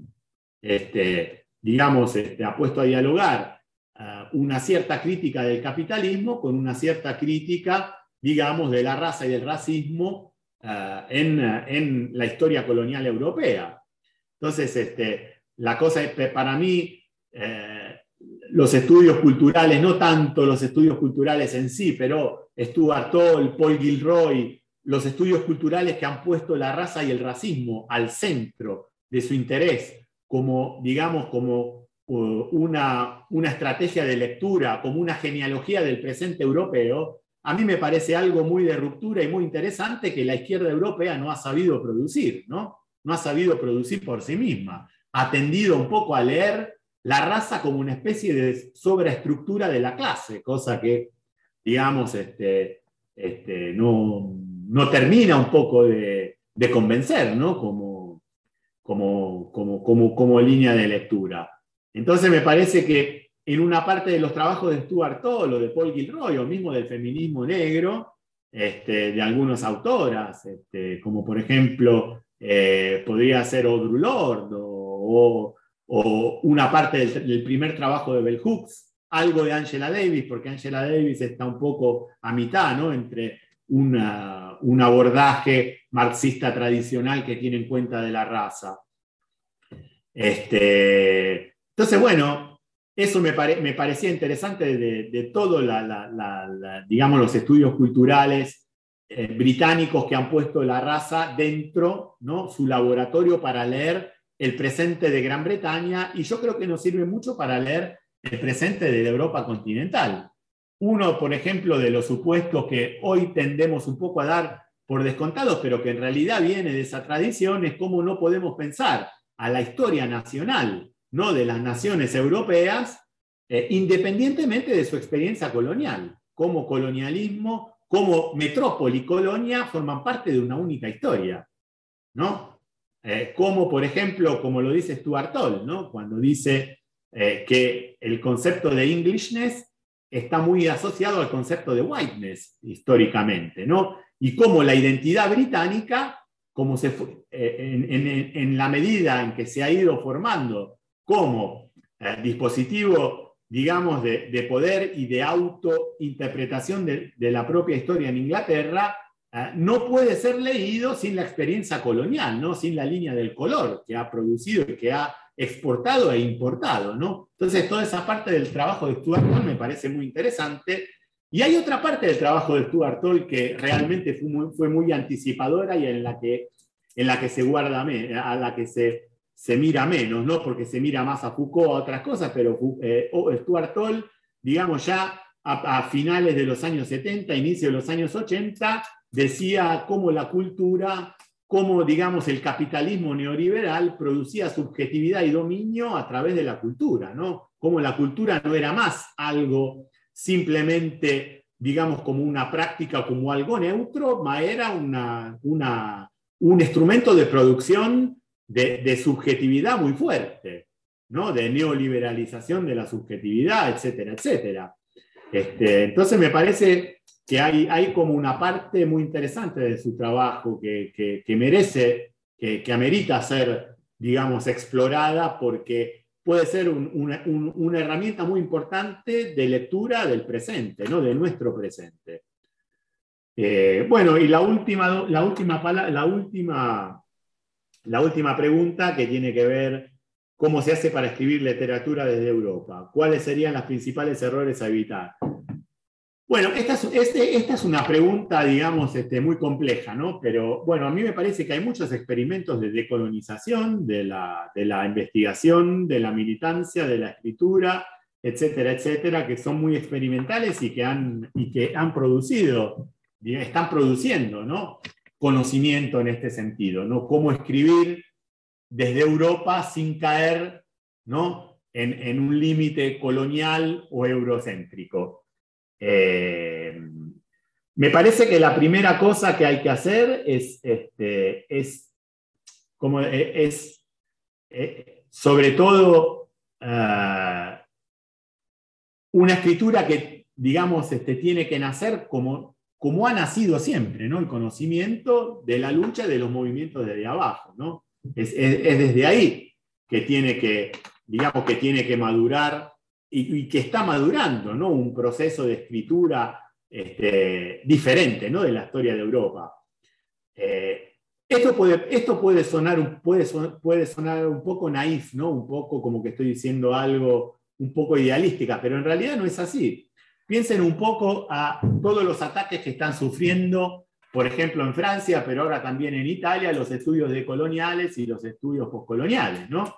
Ha puesto a dialogar una cierta crítica del capitalismo con una cierta crítica, digamos, de la raza y del racismo en la historia colonial europea. Entonces, la cosa es, para mí, los estudios culturales, no tanto los estudios culturales en sí, pero Stuart Hall, Paul Gilroy, los estudios culturales que han puesto la raza y el racismo al centro de su interés, como, digamos, como una estrategia de lectura, como una genealogía del presente europeo, a mí me parece algo muy de ruptura y muy interesante que la izquierda europea no ha sabido producir, ¿no? No ha sabido producir por sí misma. Ha tendido un poco a leer la raza como una especie de sobreestructura de la clase, cosa que, digamos, no termina un poco de convencer, ¿no? Como línea de lectura. Entonces me parece que en una parte de los trabajos de Stuart Hall o de Paul Gilroy, o mismo del feminismo negro, de algunas autoras, como por ejemplo podría ser Audre Lorde, o una parte del primer trabajo de Bell Hooks, algo de Angela Davis, porque Angela Davis está un poco a mitad, ¿no? Entre un abordaje marxista tradicional que tiene en cuenta de la raza. Entonces, bueno, eso me parecía interesante de todos digamos, los estudios culturales británicos que han puesto la raza dentro, ¿no? Su laboratorio para leer el presente de Gran Bretaña, y yo creo que nos sirve mucho para leer el presente de la Europa continental. Uno, por ejemplo, de los supuestos que hoy tendemos un poco a dar por descontados, pero que en realidad viene de esa tradición, es cómo no podemos pensar a la historia nacional, ¿no? De las naciones europeas, independientemente de su experiencia colonial. Como colonialismo, como metrópoli y colonia forman parte de una única historia, ¿no? Como, por ejemplo, como lo dice Stuart Hall, ¿no? Cuando dice que el concepto de Englishness está muy asociado al concepto de whiteness históricamente, ¿no? Y cómo la identidad británica, como en la medida en que se ha ido formando como dispositivo, digamos, de poder y de autointerpretación de la propia historia en Inglaterra, no puede ser leído sin la experiencia colonial, ¿no? Sin la línea del color que ha producido y que ha exportado e importado, ¿no? Entonces, toda esa parte del trabajo de Stuart Hall me parece muy interesante. Y hay otra parte del trabajo de Stuart Hall que realmente fue muy anticipadora y en la que se guarda, a la que se mira menos, ¿no? Porque se mira más a Foucault o a otras cosas, pero Stuart Hall, digamos, ya a finales de los años 70, inicio de los años 80, decía cómo la cultura, cómo, digamos, el capitalismo neoliberal producía subjetividad y dominio a través de la cultura, ¿no? Cómo la cultura no era más algo simplemente, digamos, como una práctica, como algo neutro, ma era un instrumento de producción de subjetividad muy fuerte, ¿no? De neoliberalización de la subjetividad, etcétera, etcétera. Entonces me parece que hay como una parte muy interesante de su trabajo que merece, que amerita ser, digamos, explorada, porque puede ser una herramienta muy importante de lectura del presente, ¿no? De nuestro presente. Bueno, y la última pregunta, que tiene que ver cómo se hace para escribir literatura desde Europa. ¿Cuáles serían los principales errores a evitar? Bueno, esta es una pregunta, digamos, muy compleja, ¿no? Pero bueno, a mí me parece que hay muchos experimentos de decolonización, de la investigación, de la militancia, de la escritura, etcétera, etcétera, que son muy experimentales y que han producido, están produciendo, ¿no? Conocimiento en este sentido, ¿no? Cómo escribir desde Europa sin caer, ¿no? en un límite colonial o eurocéntrico. Me parece que la primera cosa que hay que hacer es sobre todo una escritura que, digamos, tiene que nacer como ha nacido siempre, ¿no? El conocimiento de la lucha de los movimientos desde abajo, ¿no? Es desde ahí que tiene que, digamos, que tiene que madurar y que está madurando, ¿no? Un proceso de escritura diferente, ¿no? De la historia de Europa. Esto puede sonar un poco naif, ¿no? Un poco como que estoy diciendo algo un poco idealística, pero en realidad no es así. Piensen un poco a todos los ataques que están sufriendo, por ejemplo, en Francia, pero ahora también en Italia, los estudios decoloniales y los estudios postcoloniales, ¿no?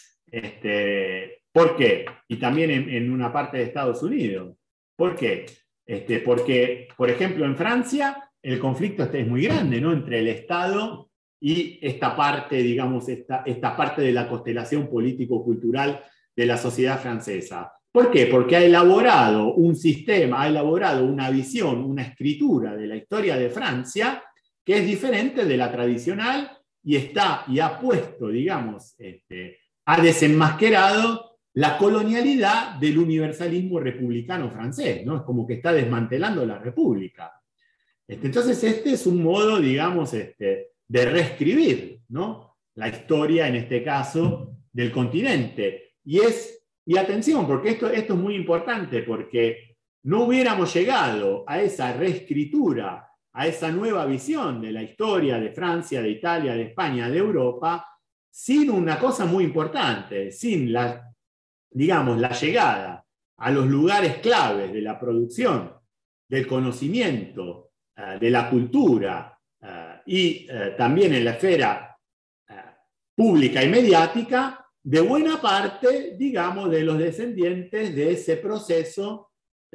¿Por qué? Y también en una parte de Estados Unidos. ¿Por qué? Porque, por ejemplo, en Francia el conflicto es muy grande, ¿no? Entre el Estado y esta parte, digamos, esta parte de la constelación político-cultural de la sociedad francesa. ¿Por qué? Porque ha elaborado un sistema, ha elaborado una visión, una escritura de la historia de Francia que es diferente de la tradicional y ha puesto, digamos, ha desenmascarado la colonialidad del universalismo republicano francés, ¿no? Es como que está desmantelando la república. Entonces este es un modo, digamos, de reescribir, ¿no? La historia, en este caso, del continente. Y atención, porque esto es muy importante, porque no hubiéramos llegado a esa reescritura, a esa nueva visión de la historia de Francia, de Italia, de España, de Europa, sin una cosa muy importante, sin digamos, la llegada a los lugares claves de la producción, del conocimiento, de la cultura y también en la esfera pública y mediática, de buena parte, digamos, de los descendientes de ese proceso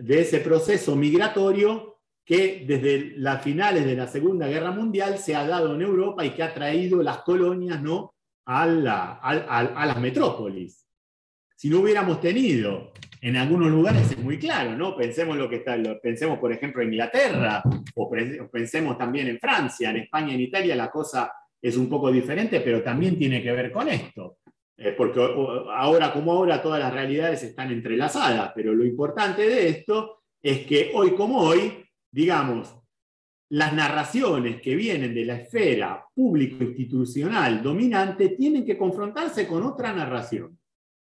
migratorio que desde las finales de la Segunda Guerra Mundial se ha dado en Europa y que ha traído las colonias, ¿no?, a las metrópolis. Si no hubiéramos tenido, en algunos lugares es muy claro, ¿no? Pensemos, por ejemplo, en Inglaterra, o pensemos también en Francia, en España, en Italia, la cosa es un poco diferente, pero también tiene que ver con esto. Porque ahora como ahora todas las realidades están entrelazadas, pero lo importante de esto es que hoy como hoy, digamos, las narraciones que vienen de la esfera público-institucional dominante tienen que confrontarse con otra narración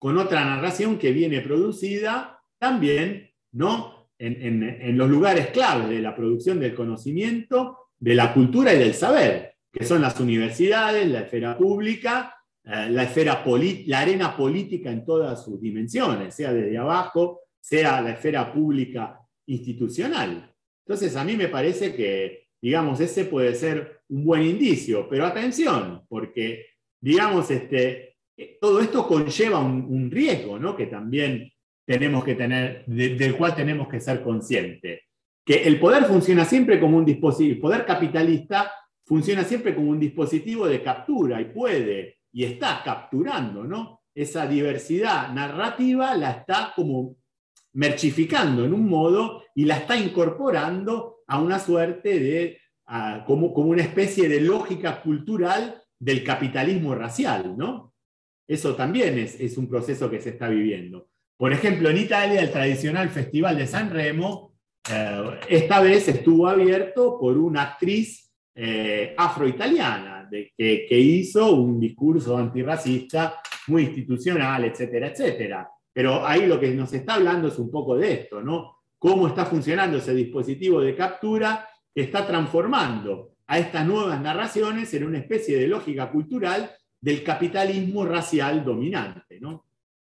que viene producida también, ¿no?, en los lugares claves de la producción del conocimiento, de la cultura y del saber, que son las universidades, la esfera pública, la arena política en todas sus dimensiones, sea desde abajo, sea la esfera pública institucional. Entonces, a mí me parece que, digamos, ese puede ser un buen indicio, pero atención, porque, digamos, todo esto conlleva un riesgo, ¿no?, que también tenemos que tener, del cual tenemos que ser conscientes. Que el poder funciona siempre como un dispositivo, el poder capitalista funciona siempre como un dispositivo de captura y está capturando, ¿no?, esa diversidad narrativa, la está como merchificando en un modo y la está incorporando a una suerte de, como una especie de lógica cultural del capitalismo racial, ¿no? Eso también es un proceso que se está viviendo. Por ejemplo, en Italia, el tradicional Festival de San Remo, esta vez estuvo abierto por una actriz afroitaliana que hizo un discurso antirracista muy institucional, etcétera, etcétera. Pero ahí lo que nos está hablando es un poco de esto, ¿no? Cómo está funcionando ese dispositivo de captura que está transformando a estas nuevas narraciones en una especie de lógica cultural del capitalismo racial dominante, ¿no?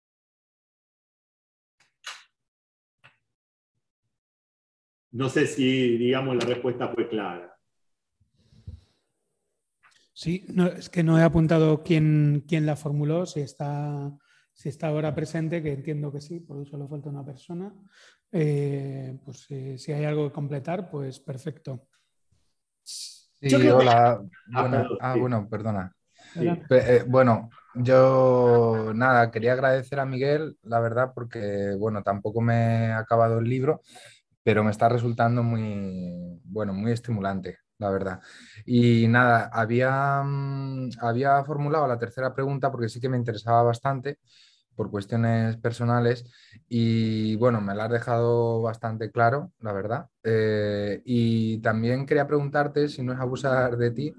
No sé si, digamos, la respuesta fue clara. Sí, no, es que no he apuntado quién la formuló, si está ahora presente, que entiendo que sí, porque solo falta una persona. Pues si hay algo que completar, pues perfecto. Sí, hola. Bueno, perdona. Sí. Bueno, yo nada, quería agradecer a Miguel, la verdad, porque bueno, tampoco me he acabado el libro, pero me está resultando muy, bueno, muy estimulante, la verdad. Y nada, había formulado la tercera pregunta porque sí que me interesaba bastante por cuestiones personales y bueno, me la has dejado bastante claro, la verdad. Y también quería preguntarte, si no es abusar de ti,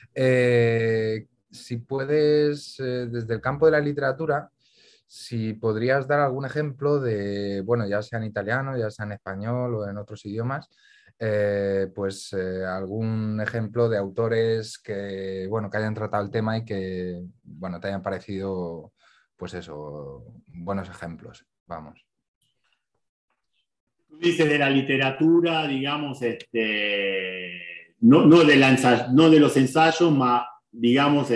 si puedes, desde el campo de la literatura, si podrías dar algún ejemplo de, bueno, ya sea en italiano, ya sea en español o en otros idiomas, algún ejemplo de autores que, bueno, que hayan tratado el tema y que, bueno, te hayan parecido, pues eso, buenos ejemplos. vamos. Tú dices de la literatura, digamos, no de los ensayos, más, digamos,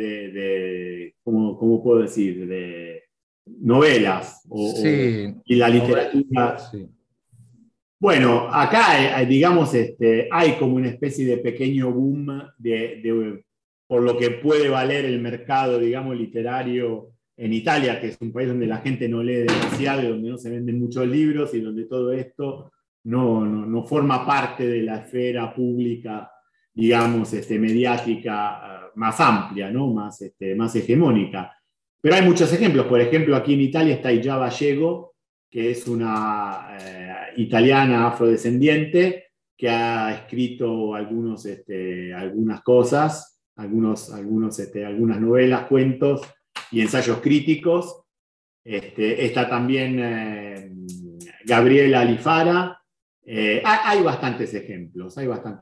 ¿cómo puedo decir? De novelas Sí, y la literatura. Sí. Bueno, acá, digamos, hay como una especie de pequeño boom por lo que puede valer el mercado, digamos, literario en Italia, que es un país donde la gente no lee demasiado y donde no se venden muchos libros y donde todo esto no forma parte de la esfera pública, digamos, mediática más amplia, ¿no? Más hegemónica. Pero hay muchos ejemplos. Por ejemplo, aquí en Italia está Illa Gallego, que es una italiana afrodescendiente que ha escrito algunas cosas, algunas novelas, cuentos y ensayos críticos. Está también Gabriela Alifara. Hay bastantes ejemplos.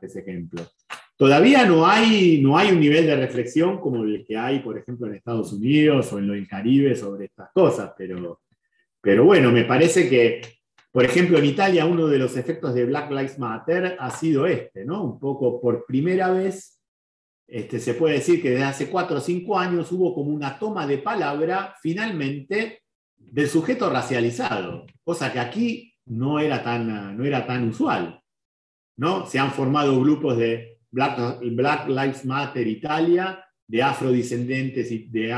Todavía no hay un nivel de reflexión como el que hay, por ejemplo, en Estados Unidos o en el Caribe sobre estas cosas, pero bueno, me parece que, por ejemplo, en Italia uno de los efectos de Black Lives Matter ha sido ¿no? Un poco por primera vez, se puede decir que desde hace 4 o 5 años hubo como una toma de palabra, finalmente, del sujeto racializado, cosa que aquí no era tan usual, ¿no? Se han formado grupos de Black Lives Matter Italia, de afrodescendientes y de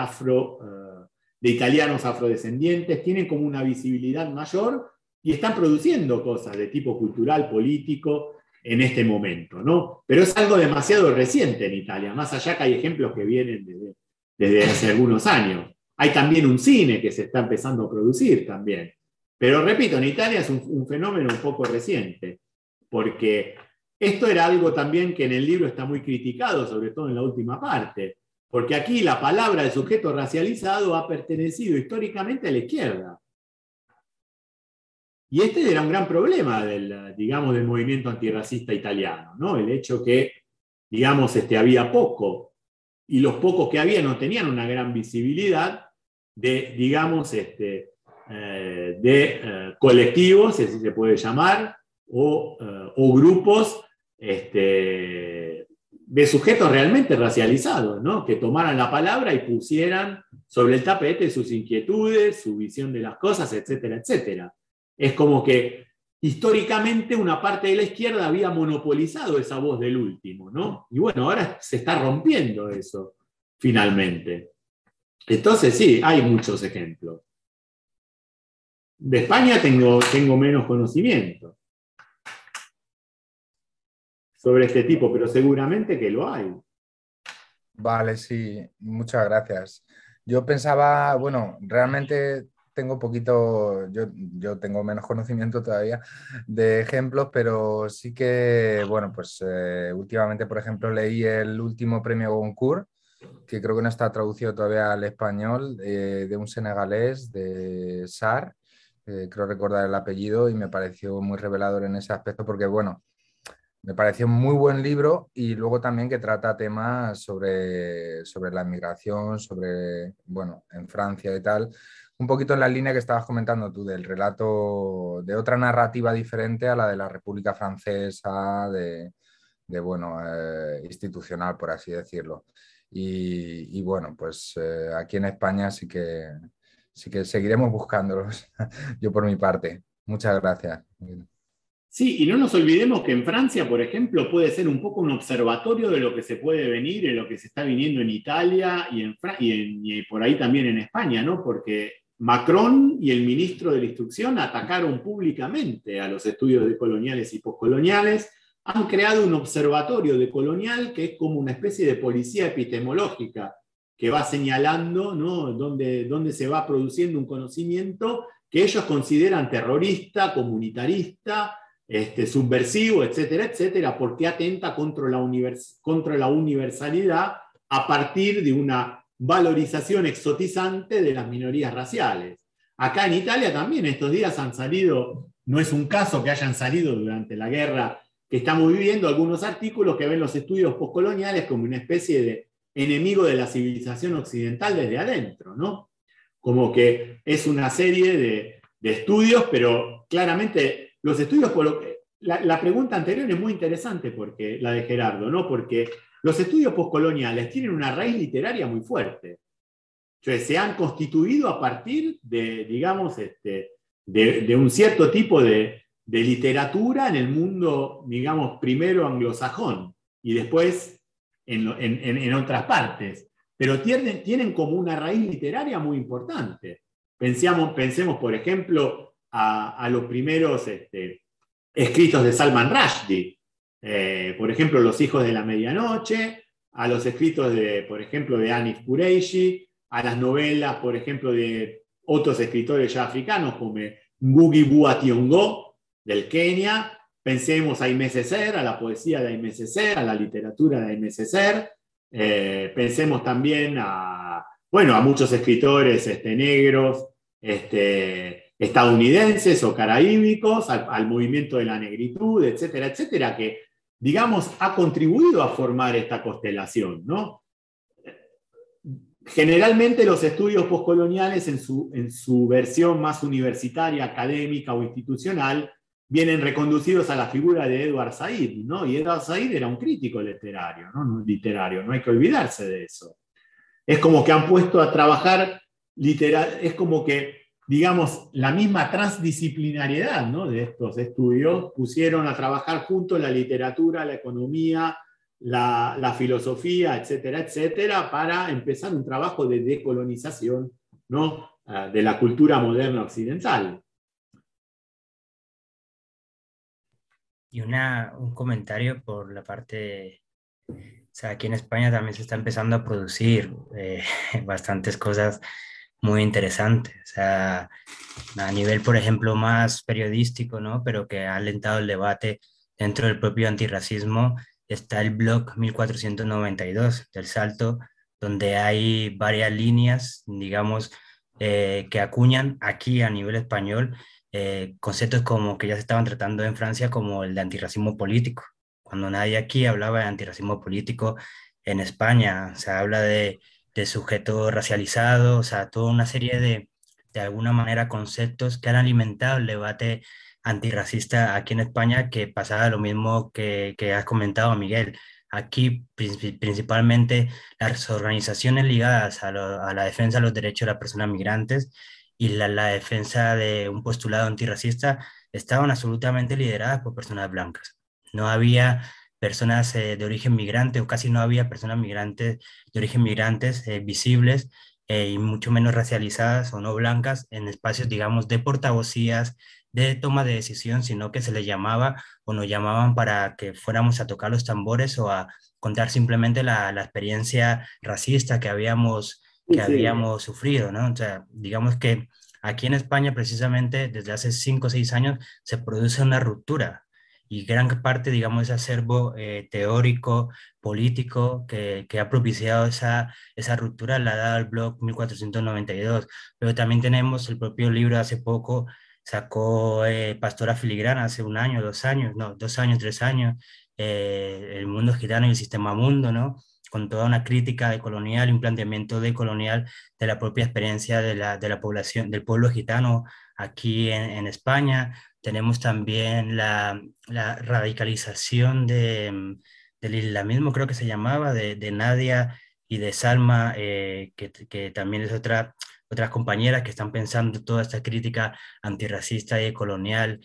italianos afrodescendientes, tienen como una visibilidad mayor y están produciendo cosas de tipo cultural, político, en este momento, ¿no? Pero es algo demasiado reciente en Italia, más allá que hay ejemplos que vienen desde hace algunos años. Hay también un cine que se está empezando a producir también. Pero repito, en Italia es un fenómeno un poco reciente, porque esto era algo también que en el libro está muy criticado, sobre todo en la última parte. Porque aquí la palabra de sujeto racializado ha pertenecido históricamente a la izquierda. Y este era un gran problema del movimiento antirracista italiano, ¿no? El hecho que, digamos, había poco, y los pocos que había no tenían una gran visibilidad de, digamos, colectivos, si se puede llamar, o grupos de sujetos realmente racializados, ¿no? Que tomaran la palabra y pusieran sobre el tapete sus inquietudes, su visión de las cosas, etcétera, etcétera. Es como que históricamente una parte de la izquierda había monopolizado esa voz del último, ¿no? Y bueno, ahora se está rompiendo eso, finalmente. Entonces sí, hay muchos ejemplos. De España tengo menos conocimiento sobre este tipo, pero seguramente que lo hay. Vale, sí, muchas gracias. Yo pensaba, bueno, realmente tengo poquito, yo tengo menos conocimiento todavía de ejemplos, pero sí que, bueno, pues últimamente, por ejemplo, leí el último premio Goncourt, que creo que no está traducido todavía al español, de un senegalés, de Sarr, creo recordar el apellido, y me pareció muy revelador en ese aspecto porque, bueno, me pareció un muy buen libro y luego también que trata temas sobre la inmigración, sobre, bueno, en Francia y tal, un poquito en la línea que estabas comentando tú, del relato, de otra narrativa diferente a la de la República Francesa, bueno, institucional, por así decirlo. Y bueno, pues aquí en España sí que seguiremos buscándolos, yo por mi parte. Muchas gracias. Sí, y no nos olvidemos que en Francia, por ejemplo, puede ser un poco un observatorio de lo que se puede venir, de lo que se está viniendo en Italia y por ahí también en España, ¿no? Porque Macron y el ministro de la Instrucción atacaron públicamente a los estudios de coloniales y poscoloniales, han creado un observatorio de colonial que es como una especie de policía epistemológica que va señalando, ¿no?, dónde se va produciendo un conocimiento que ellos consideran terrorista, comunitarista, subversivo, etcétera, etcétera, porque atenta contra la universalidad a partir de una valorización exotizante de las minorías raciales. Acá en Italia también estos días han salido, no es un caso que hayan salido durante la guerra que estamos viviendo, algunos artículos que ven los estudios postcoloniales como una especie de enemigo de la civilización occidental desde adentro, ¿no? Como que es una serie de estudios, pero claramente los estudios, la pregunta anterior es muy interesante, porque la de Gerardo, ¿no? Porque los estudios postcoloniales tienen una raíz literaria muy fuerte. Entonces, se han constituido a partir de, digamos, de un cierto tipo de literatura en el mundo, digamos, primero anglosajón y después en otras partes. Pero tienen como una raíz literaria muy importante. Pensemos, por ejemplo, a los primeros escritos de Salman Rushdie. Por ejemplo, Los hijos de la medianoche, a los escritos, por ejemplo, de Hanif Kureishi, a las novelas, por ejemplo, de otros escritores ya africanos, como Ngugi wa Thiong'o, del Kenia. Pensemos a Aimé Césaire, a la poesía de Aimé Césaire, a la literatura de Aimé Césaire. Pensemos también a muchos escritores negros, estadounidenses o caraíbicos, al movimiento de la negritud, etcétera, etcétera, que, digamos, ha contribuido a formar esta constelación, ¿no? Generalmente los estudios postcoloniales en su versión más universitaria, académica o institucional, vienen reconducidos a la figura de Edward Said, ¿no? Y Edward Said era un crítico literario, ¿no? No hay que olvidarse de eso. Es como que han puesto a trabajar es como que, digamos, la misma transdisciplinariedad, ¿no?, de estos estudios pusieron a trabajar juntos la literatura, la economía, la filosofía, etcétera, etcétera, para empezar un trabajo de decolonización, ¿no?, de la cultura moderna occidental. Y un comentario por la parte, o sea, aquí en España también se está empezando a producir bastantes cosas muy interesantes, o sea, a nivel, por ejemplo, más periodístico, ¿no? Pero que ha alentado el debate dentro del propio antirracismo. Está el blog 1492 del Salto, donde hay varias líneas, digamos, que acuñan aquí a nivel español conceptos como que ya se estaban tratando en Francia, como el de antirracismo político. Cuando nadie aquí hablaba de antirracismo político, en España se habla de sujeto racializado, o sea, toda una serie de alguna manera, conceptos que han alimentado el debate antirracista aquí en España, que pasaba lo mismo que has comentado, Miguel. Aquí principalmente las organizaciones ligadas a la defensa de los derechos de las personas migrantes y la defensa de un postulado antirracista estaban absolutamente lideradas por personas blancas. No había personas de origen migrante, o casi no había personas migrantes de origen migrantes visibles, y mucho menos racializadas o no blancas en espacios, digamos, de portavocías, de toma de decisión, sino que se les llamaba o nos llamaban para que fuéramos a tocar los tambores o a contar simplemente la experiencia racista que Sí. habíamos sufrido, ¿no? O sea, digamos que aquí en España, precisamente desde hace 5 o 6 años, se produce una ruptura y gran parte, digamos, ese acervo teórico, político, que ha propiciado esa ruptura, la ha dado el blog 1492. Pero también tenemos el propio libro, hace poco sacó Pastora Filigrana, hace 1 año, 2 años, no, 2 años, 3 años, El mundo gitano y el sistema mundo, ¿no? Con toda una crítica decolonial, un planteamiento decolonial de la propia experiencia de la población, del pueblo gitano aquí en España. Tenemos también la radicalización del islamismo, creo que se llamaba, de Nadia y de Salma, que también es otras compañeras que están pensando toda esta crítica antirracista y colonial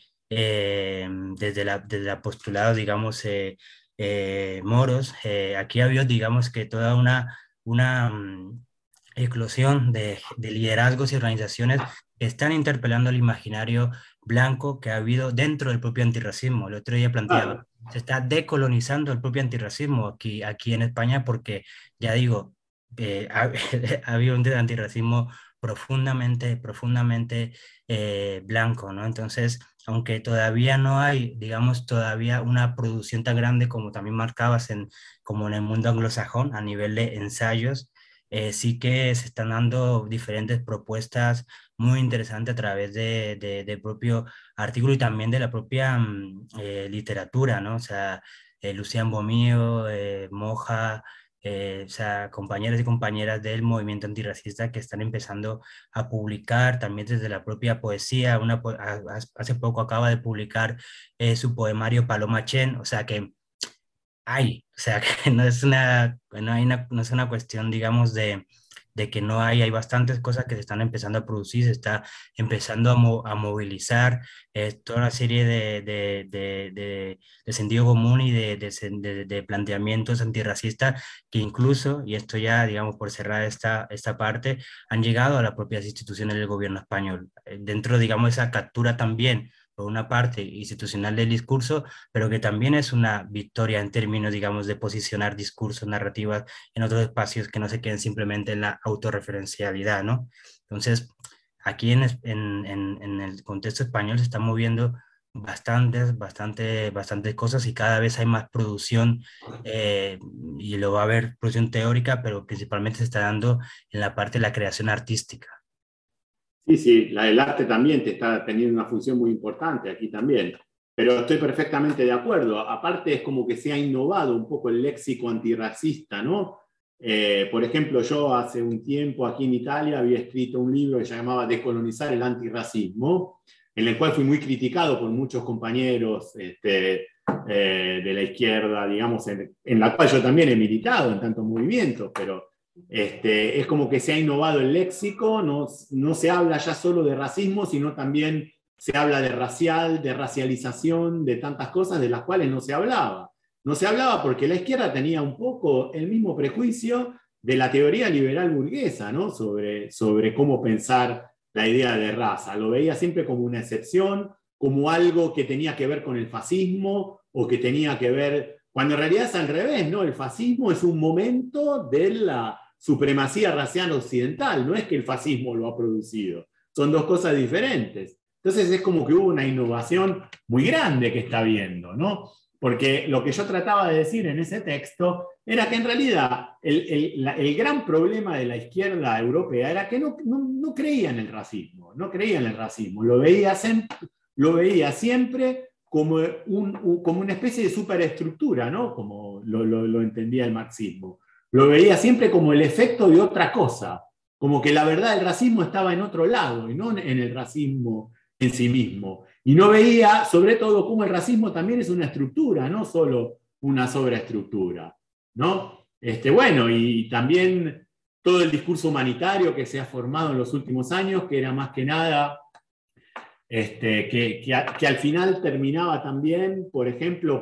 desde la postulado, digamos, moros. Aquí ha habido, digamos, que toda una eclosión de liderazgos y organizaciones que están interpelando el imaginario blanco que ha habido dentro del propio antirracismo. El otro día planteaba, se está decolonizando el propio antirracismo aquí en España porque, ya digo, ha habido un antirracismo profundamente blanco, ¿no? Entonces, aunque todavía no hay, digamos, todavía una producción tan grande como también marcabas como en el mundo anglosajón a nivel de ensayos, sí que se están dando diferentes propuestas muy interesantes a través del propio artículo y también de la propia literatura, ¿no? O sea, Lucien Bomío, Moja, o sea, compañeros y compañeras del movimiento antirracista que están empezando a publicar también desde la propia poesía. Hace poco acaba de publicar su poemario Paloma Chen, o sea que o sea que no es una cuestión, digamos, de que no hay bastantes cosas que se están empezando a producir, se está empezando a movilizar toda una serie de sentido común y de planteamientos antirracistas que incluso, y esto ya, digamos, por cerrar esta parte, han llegado a las propias instituciones del gobierno español. Dentro, digamos, esa captura también por una parte institucional del discurso, pero que también es una victoria en términos, digamos, de posicionar discursos, narrativas en otros espacios que no se queden simplemente en la autorreferencialidad, ¿no? Entonces, aquí en el contexto español se están moviendo bastantes cosas y cada vez hay más producción y lo va a haber producción teórica, pero principalmente se está dando en la parte de la creación artística. Sí, sí, la del arte también te está teniendo una función muy importante aquí también. Pero estoy perfectamente de acuerdo. Aparte es como que se ha innovado un poco el léxico antirracista, ¿no? Por ejemplo, yo hace un tiempo aquí en Italia había escrito un libro que se llamaba Decolonizar el antirracismo, en el cual fui muy criticado por muchos compañeros de la izquierda, digamos, en la cual yo también he militado en tantos movimientos, pero es como que se ha innovado el léxico, no se habla ya solo de racismo, sino también se habla de racial, de racialización, de tantas cosas de las cuales no se hablaba. No se hablaba porque la izquierda tenía un poco el mismo prejuicio de la teoría liberal burguesa, ¿no? sobre cómo pensar la idea de raza. Lo veía siempre como una excepción, como algo que tenía que ver con el fascismo o que tenía que ver, cuando en realidad es al revés, ¿no? El fascismo es un momento de la supremacía racial occidental, no es que el fascismo lo ha producido, son dos cosas diferentes. Entonces es como que hubo una innovación muy grande que está habiendo, ¿no? Porque lo que yo trataba de decir en ese texto era que en realidad el gran problema de la izquierda europea era que no creía en el racismo, no creía en el racismo, lo veía siempre como una especie de superestructura, ¿no? Como lo entendía el marxismo. Lo veía siempre como el efecto de otra cosa, como que la verdad del racismo estaba en otro lado y no en el racismo en sí mismo. Y no veía, sobre todo, cómo el racismo también es una estructura, no solo una sobreestructura, ¿no? Bueno, y también todo el discurso humanitario que se ha formado en los últimos años, que era más que nada, que al final terminaba también, por ejemplo,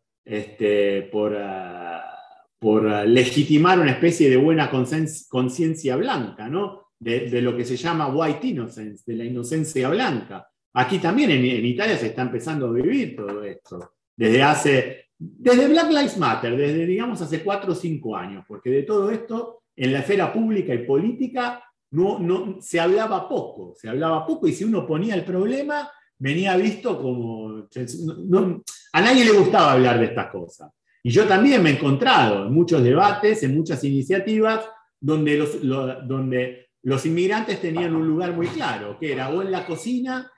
por legitimar una especie de buena conciencia blanca, ¿no? De lo que se llama white innocence, de la inocencia blanca. Aquí también en Italia se está empezando a vivir todo esto, desde Black Lives Matter, desde digamos hace 4 o 5 años, porque de todo esto en la esfera pública y política se hablaba poco y si uno ponía el problema venía visto como... a nadie le gustaba hablar de estas cosas. Y yo también me he encontrado en muchos debates, en muchas iniciativas, donde los inmigrantes tenían un lugar muy claro, que era o en la cocina,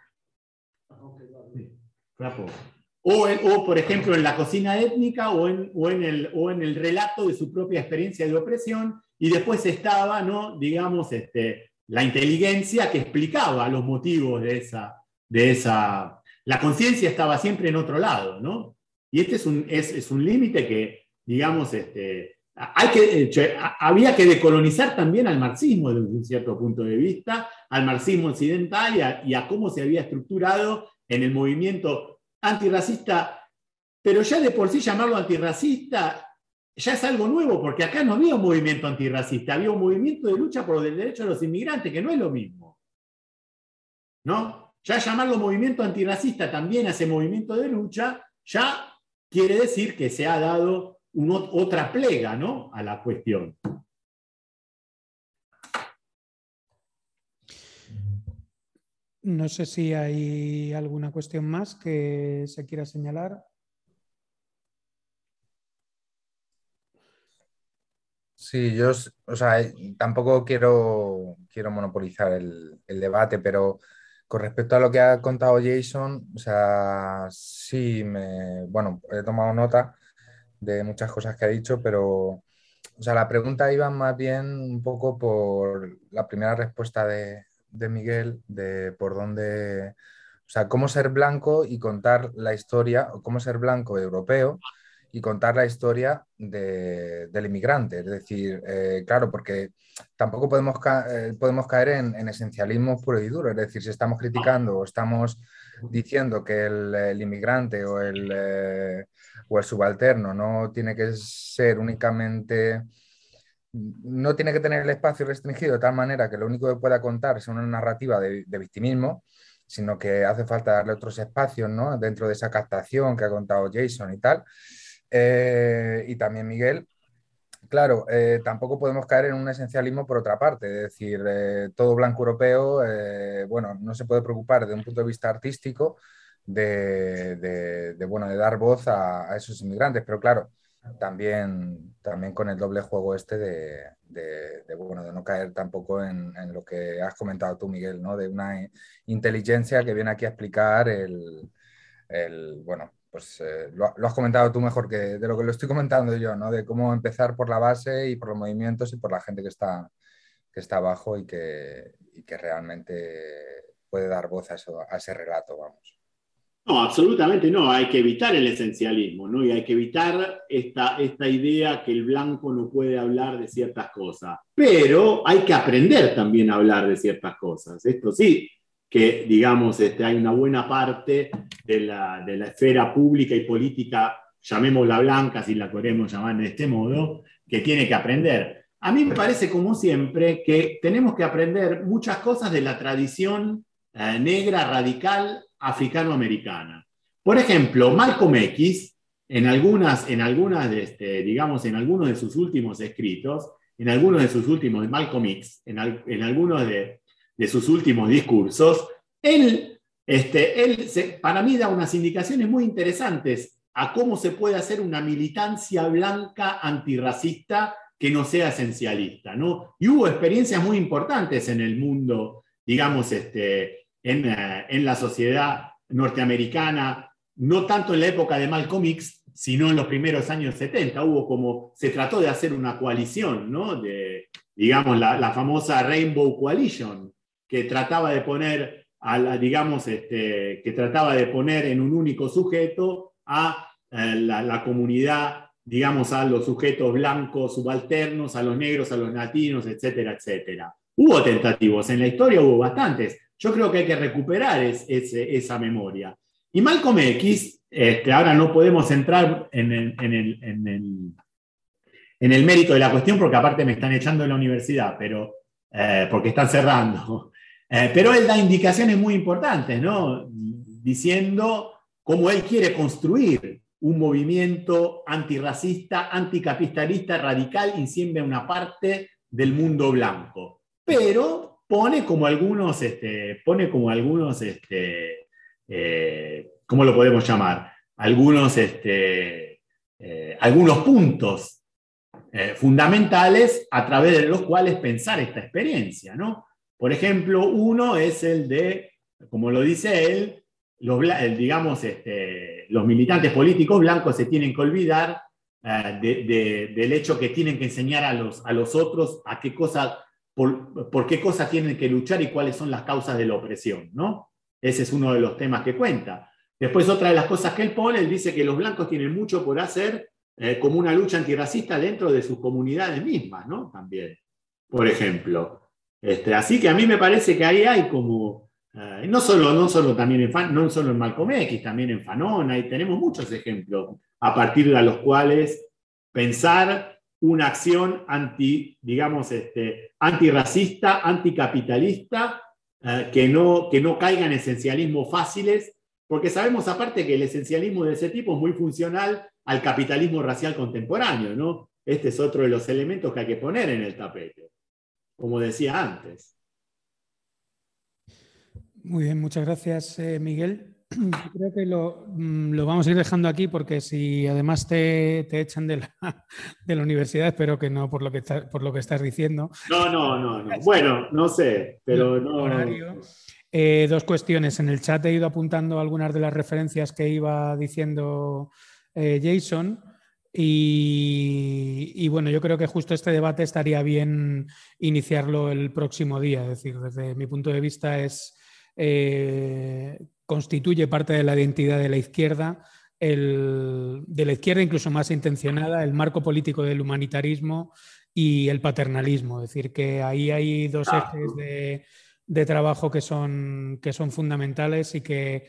o por ejemplo en la cocina étnica, o en el relato de su propia experiencia de opresión, y después estaba, ¿no? Digamos, la inteligencia que explicaba los motivos de esa... La conciencia estaba siempre en otro lado, ¿no? Y es un límite que, digamos, había que decolonizar también al marxismo desde un cierto punto de vista, al marxismo occidental y a cómo se había estructurado en el movimiento antirracista, pero ya de por sí llamarlo antirracista ya es algo nuevo, porque acá no había un movimiento antirracista, había un movimiento de lucha por el derecho de los inmigrantes, que no es lo mismo, ¿no? Ya llamarlo movimiento antirracista también a ese movimiento de lucha, ya quiere decir que se ha dado otra plega, ¿no? A la cuestión. No sé si hay alguna cuestión más que se quiera señalar. Sí, yo, o sea, tampoco quiero monopolizar el debate, pero con respecto a lo que ha contado Jason, o sea, sí, bueno, he tomado nota de muchas cosas que ha dicho, pero o sea, la pregunta iba más bien un poco por la primera respuesta de Miguel, de por dónde, o sea, cómo ser blanco y contar la historia, o cómo ser blanco europeo y contar la historia del inmigrante. Es decir, claro, porque tampoco podemos caer en esencialismo puro y duro. Es decir, si estamos criticando o estamos diciendo que el inmigrante o el subalterno no tiene que ser únicamente, no tiene que tener el espacio restringido de tal manera que lo único que pueda contar es una narrativa de victimismo, sino que hace falta darle otros espacios, ¿no? Dentro de esa captación que ha contado Jason y tal. Y también Miguel. Claro, tampoco podemos caer en un esencialismo por otra parte, es decir, todo blanco europeo, bueno, no se puede preocupar desde un punto de vista artístico bueno, de dar voz a esos inmigrantes, pero claro, también con el doble juego este bueno, de no caer tampoco en lo que has comentado tú, Miguel, ¿no? De una inteligencia que viene aquí a explicar bueno, pues lo has comentado tú mejor que de lo que lo estoy comentando yo, ¿no? De cómo empezar por la base y por los movimientos y por la gente que está abajo y que realmente puede dar voz a ese relato, vamos. No, absolutamente no, hay que evitar el esencialismo, ¿no? Y hay que evitar esta idea que el blanco no puede hablar de ciertas cosas. Pero hay que aprender también a hablar de ciertas cosas. Esto sí, que digamos, hay una buena parte de la esfera pública y política, llamémosla blanca, si la queremos llamar de este modo, que tiene que aprender. A mí me parece, como siempre, que tenemos que aprender muchas cosas de la tradición negra radical africano-americana. Por ejemplo, Malcolm X, en algunos de sus últimos escritos, en algunos de sus últimos, Malcolm X, en algunos de sus últimos discursos, él para mí da unas indicaciones muy interesantes a cómo se puede hacer una militancia blanca antirracista que no sea esencialista, ¿no? Y hubo experiencias muy importantes en el mundo, digamos, en la sociedad norteamericana, no tanto en la época de Malcolm X, sino en los primeros años 70. Se trató de hacer una coalición, ¿no? Digamos, la famosa Rainbow Coalition, que trataba de poner que trataba de poner en un único sujeto a la comunidad, digamos, a los sujetos blancos subalternos, a los negros, a los latinos, etcétera, etcétera. Hubo tentativos, en la historia hubo bastantes. Yo creo que hay que recuperar esa memoria. Y Malcolm X, ahora no podemos entrar en el mérito de la cuestión, porque aparte me están echando de la universidad, porque están cerrando. Pero él da indicaciones muy importantes, ¿no? Diciendo cómo él quiere construir un movimiento antirracista, anticapitalista, radical, y siempre una parte del mundo blanco. Pero pone como algunos, ¿cómo lo podemos llamar? Algunos puntos fundamentales a través de los cuales pensar esta experiencia, ¿no? Por ejemplo, uno es el de, como lo dice él, los militantes políticos blancos se tienen que olvidar del hecho que tienen que enseñar a los otros a qué cosa, por qué cosas tienen que luchar y cuáles son las causas de la opresión, ¿no? Ese es uno de los temas que cuenta. Después, otra de las cosas que él pone, él dice que los blancos tienen mucho por hacer como una lucha antirracista dentro de sus comunidades mismas, ¿no? También, por ejemplo. Así que a mí me parece que ahí hay como, no solo en Malcolm X, también en Fanon, ahí tenemos muchos ejemplos a partir de los cuales pensar una acción antirracista, anticapitalista, que no caiga en esencialismos fáciles, porque sabemos aparte que el esencialismo de ese tipo es muy funcional al capitalismo racial contemporáneo, ¿no? Este es otro de los elementos que hay que poner en el tapete, como decía antes. Muy bien, muchas gracias, Miguel. Yo creo que lo vamos a ir dejando aquí porque si además te echan de la universidad, espero que no por lo que estás diciendo. No. Bueno, no sé, pero no. Horario. Dos cuestiones. En el chat he ido apuntando algunas de las referencias que iba diciendo Jason. Y bueno, yo creo que justo este debate estaría bien iniciarlo el próximo día. Es decir, desde mi punto de vista constituye parte de la identidad de la izquierda, de la izquierda incluso más intencionada, el marco político del humanitarismo y el paternalismo. Es decir, que ahí hay dos ejes de trabajo que son fundamentales y que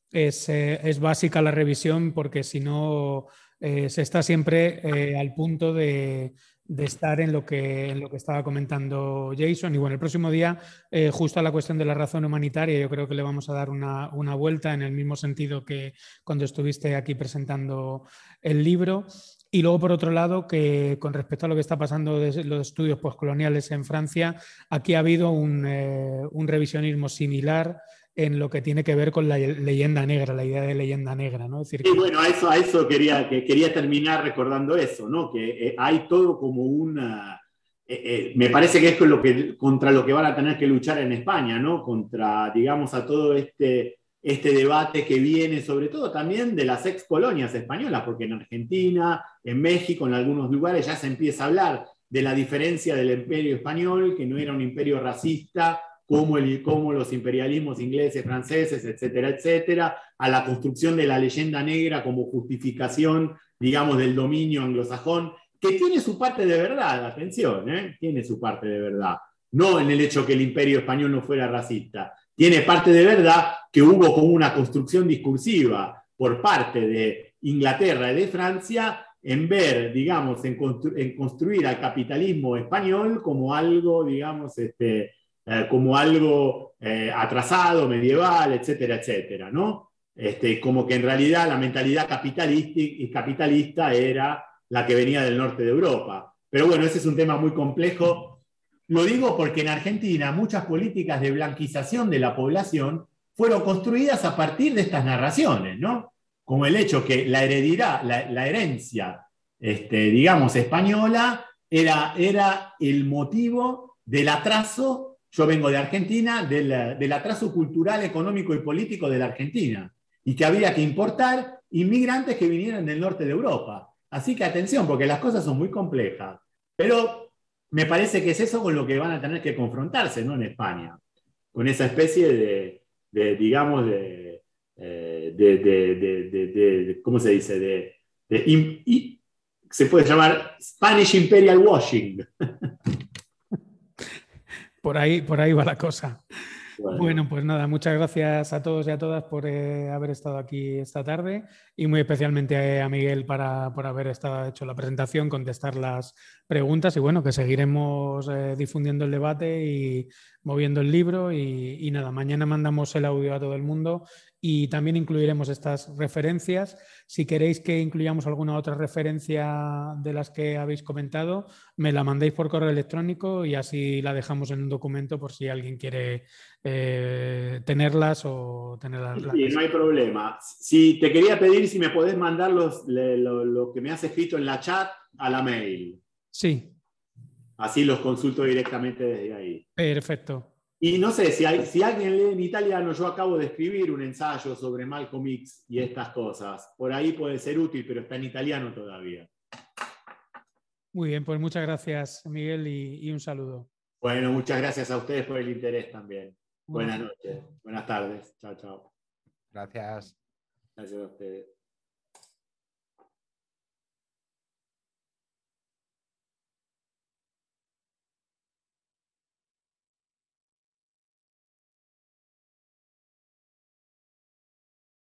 es básica la revisión, porque si no se está siempre al punto de estar en lo que estaba comentando Jason. Y bueno, el próximo día, justo a la cuestión de la razón humanitaria, yo creo que le vamos a dar una vuelta en el mismo sentido que cuando estuviste aquí presentando el libro. Y luego, por otro lado, que con respecto a lo que está pasando de los estudios postcoloniales en Francia, aquí ha habido un revisionismo similar en lo que tiene que ver con la leyenda negra, la idea de leyenda negra, ¿no? Es decir, sí, bueno, a eso quería terminar recordando eso, ¿no? Que hay todo como una... me parece que es contra lo que van a tener que luchar en España, ¿no? Contra, digamos, a todo este debate que viene, sobre todo también de las ex colonias españolas, porque en Argentina, en México, en algunos lugares ya se empieza a hablar de la diferencia del imperio español, que no era un imperio racista, como los imperialismos ingleses, franceses, etcétera, etcétera, a la construcción de la leyenda negra como justificación, digamos, del dominio anglosajón, que tiene su parte de verdad, atención, tiene su parte de verdad. No en el hecho que el imperio español no fuera racista. Tiene parte de verdad que hubo como una construcción discursiva por parte de Inglaterra y de Francia en ver, digamos, en construir al capitalismo español como algo, digamos, como algo atrasado, medieval, etcétera, etcétera, ¿no? Como que en realidad la mentalidad capitalista era la que venía del norte de Europa. Pero bueno, ese es un tema muy complejo. Lo digo porque en Argentina muchas políticas de blanquización de la población fueron construidas a partir de estas narraciones, ¿no? Como el hecho que la herencia, digamos, española era el motivo del atraso. Yo vengo de Argentina, del atraso cultural, económico y político de la Argentina, y que había que importar inmigrantes que vinieran del norte de Europa. Así que atención, porque las cosas son muy complejas. Pero me parece que es eso con lo que van a tener que confrontarse, ¿no? En España, con esa especie digamos, ¿cómo se dice? Se puede llamar Spanish Imperial Washing. Por ahí va la cosa. Bueno, pues nada, muchas gracias a todos y a todas por haber estado aquí esta tarde, y muy especialmente a Miguel por haber hecho la presentación, contestar las preguntas, y bueno, que seguiremos difundiendo el debate y moviendo el libro y nada, mañana mandamos el audio a todo el mundo y también incluiremos estas referencias. Si queréis que incluyamos alguna otra referencia de las que habéis comentado, me la mandéis por correo electrónico y así la dejamos en un documento por si alguien quiere tenerlas o tenerlas. Sí, no hay problema. Si te quería pedir si me podés mandar lo que me has escrito en la chat a la mail. Sí. Así los consulto directamente desde ahí. Perfecto. Y no sé, si alguien lee en italiano, yo acabo de escribir un ensayo sobre Malcolm X y estas cosas. Por ahí puede ser útil, pero está en italiano todavía. Muy bien, pues muchas gracias, Miguel, y un saludo. Bueno, muchas gracias a ustedes por el interés también. Buenas noches, buenas tardes. Chao, chao. Gracias. Gracias a ustedes.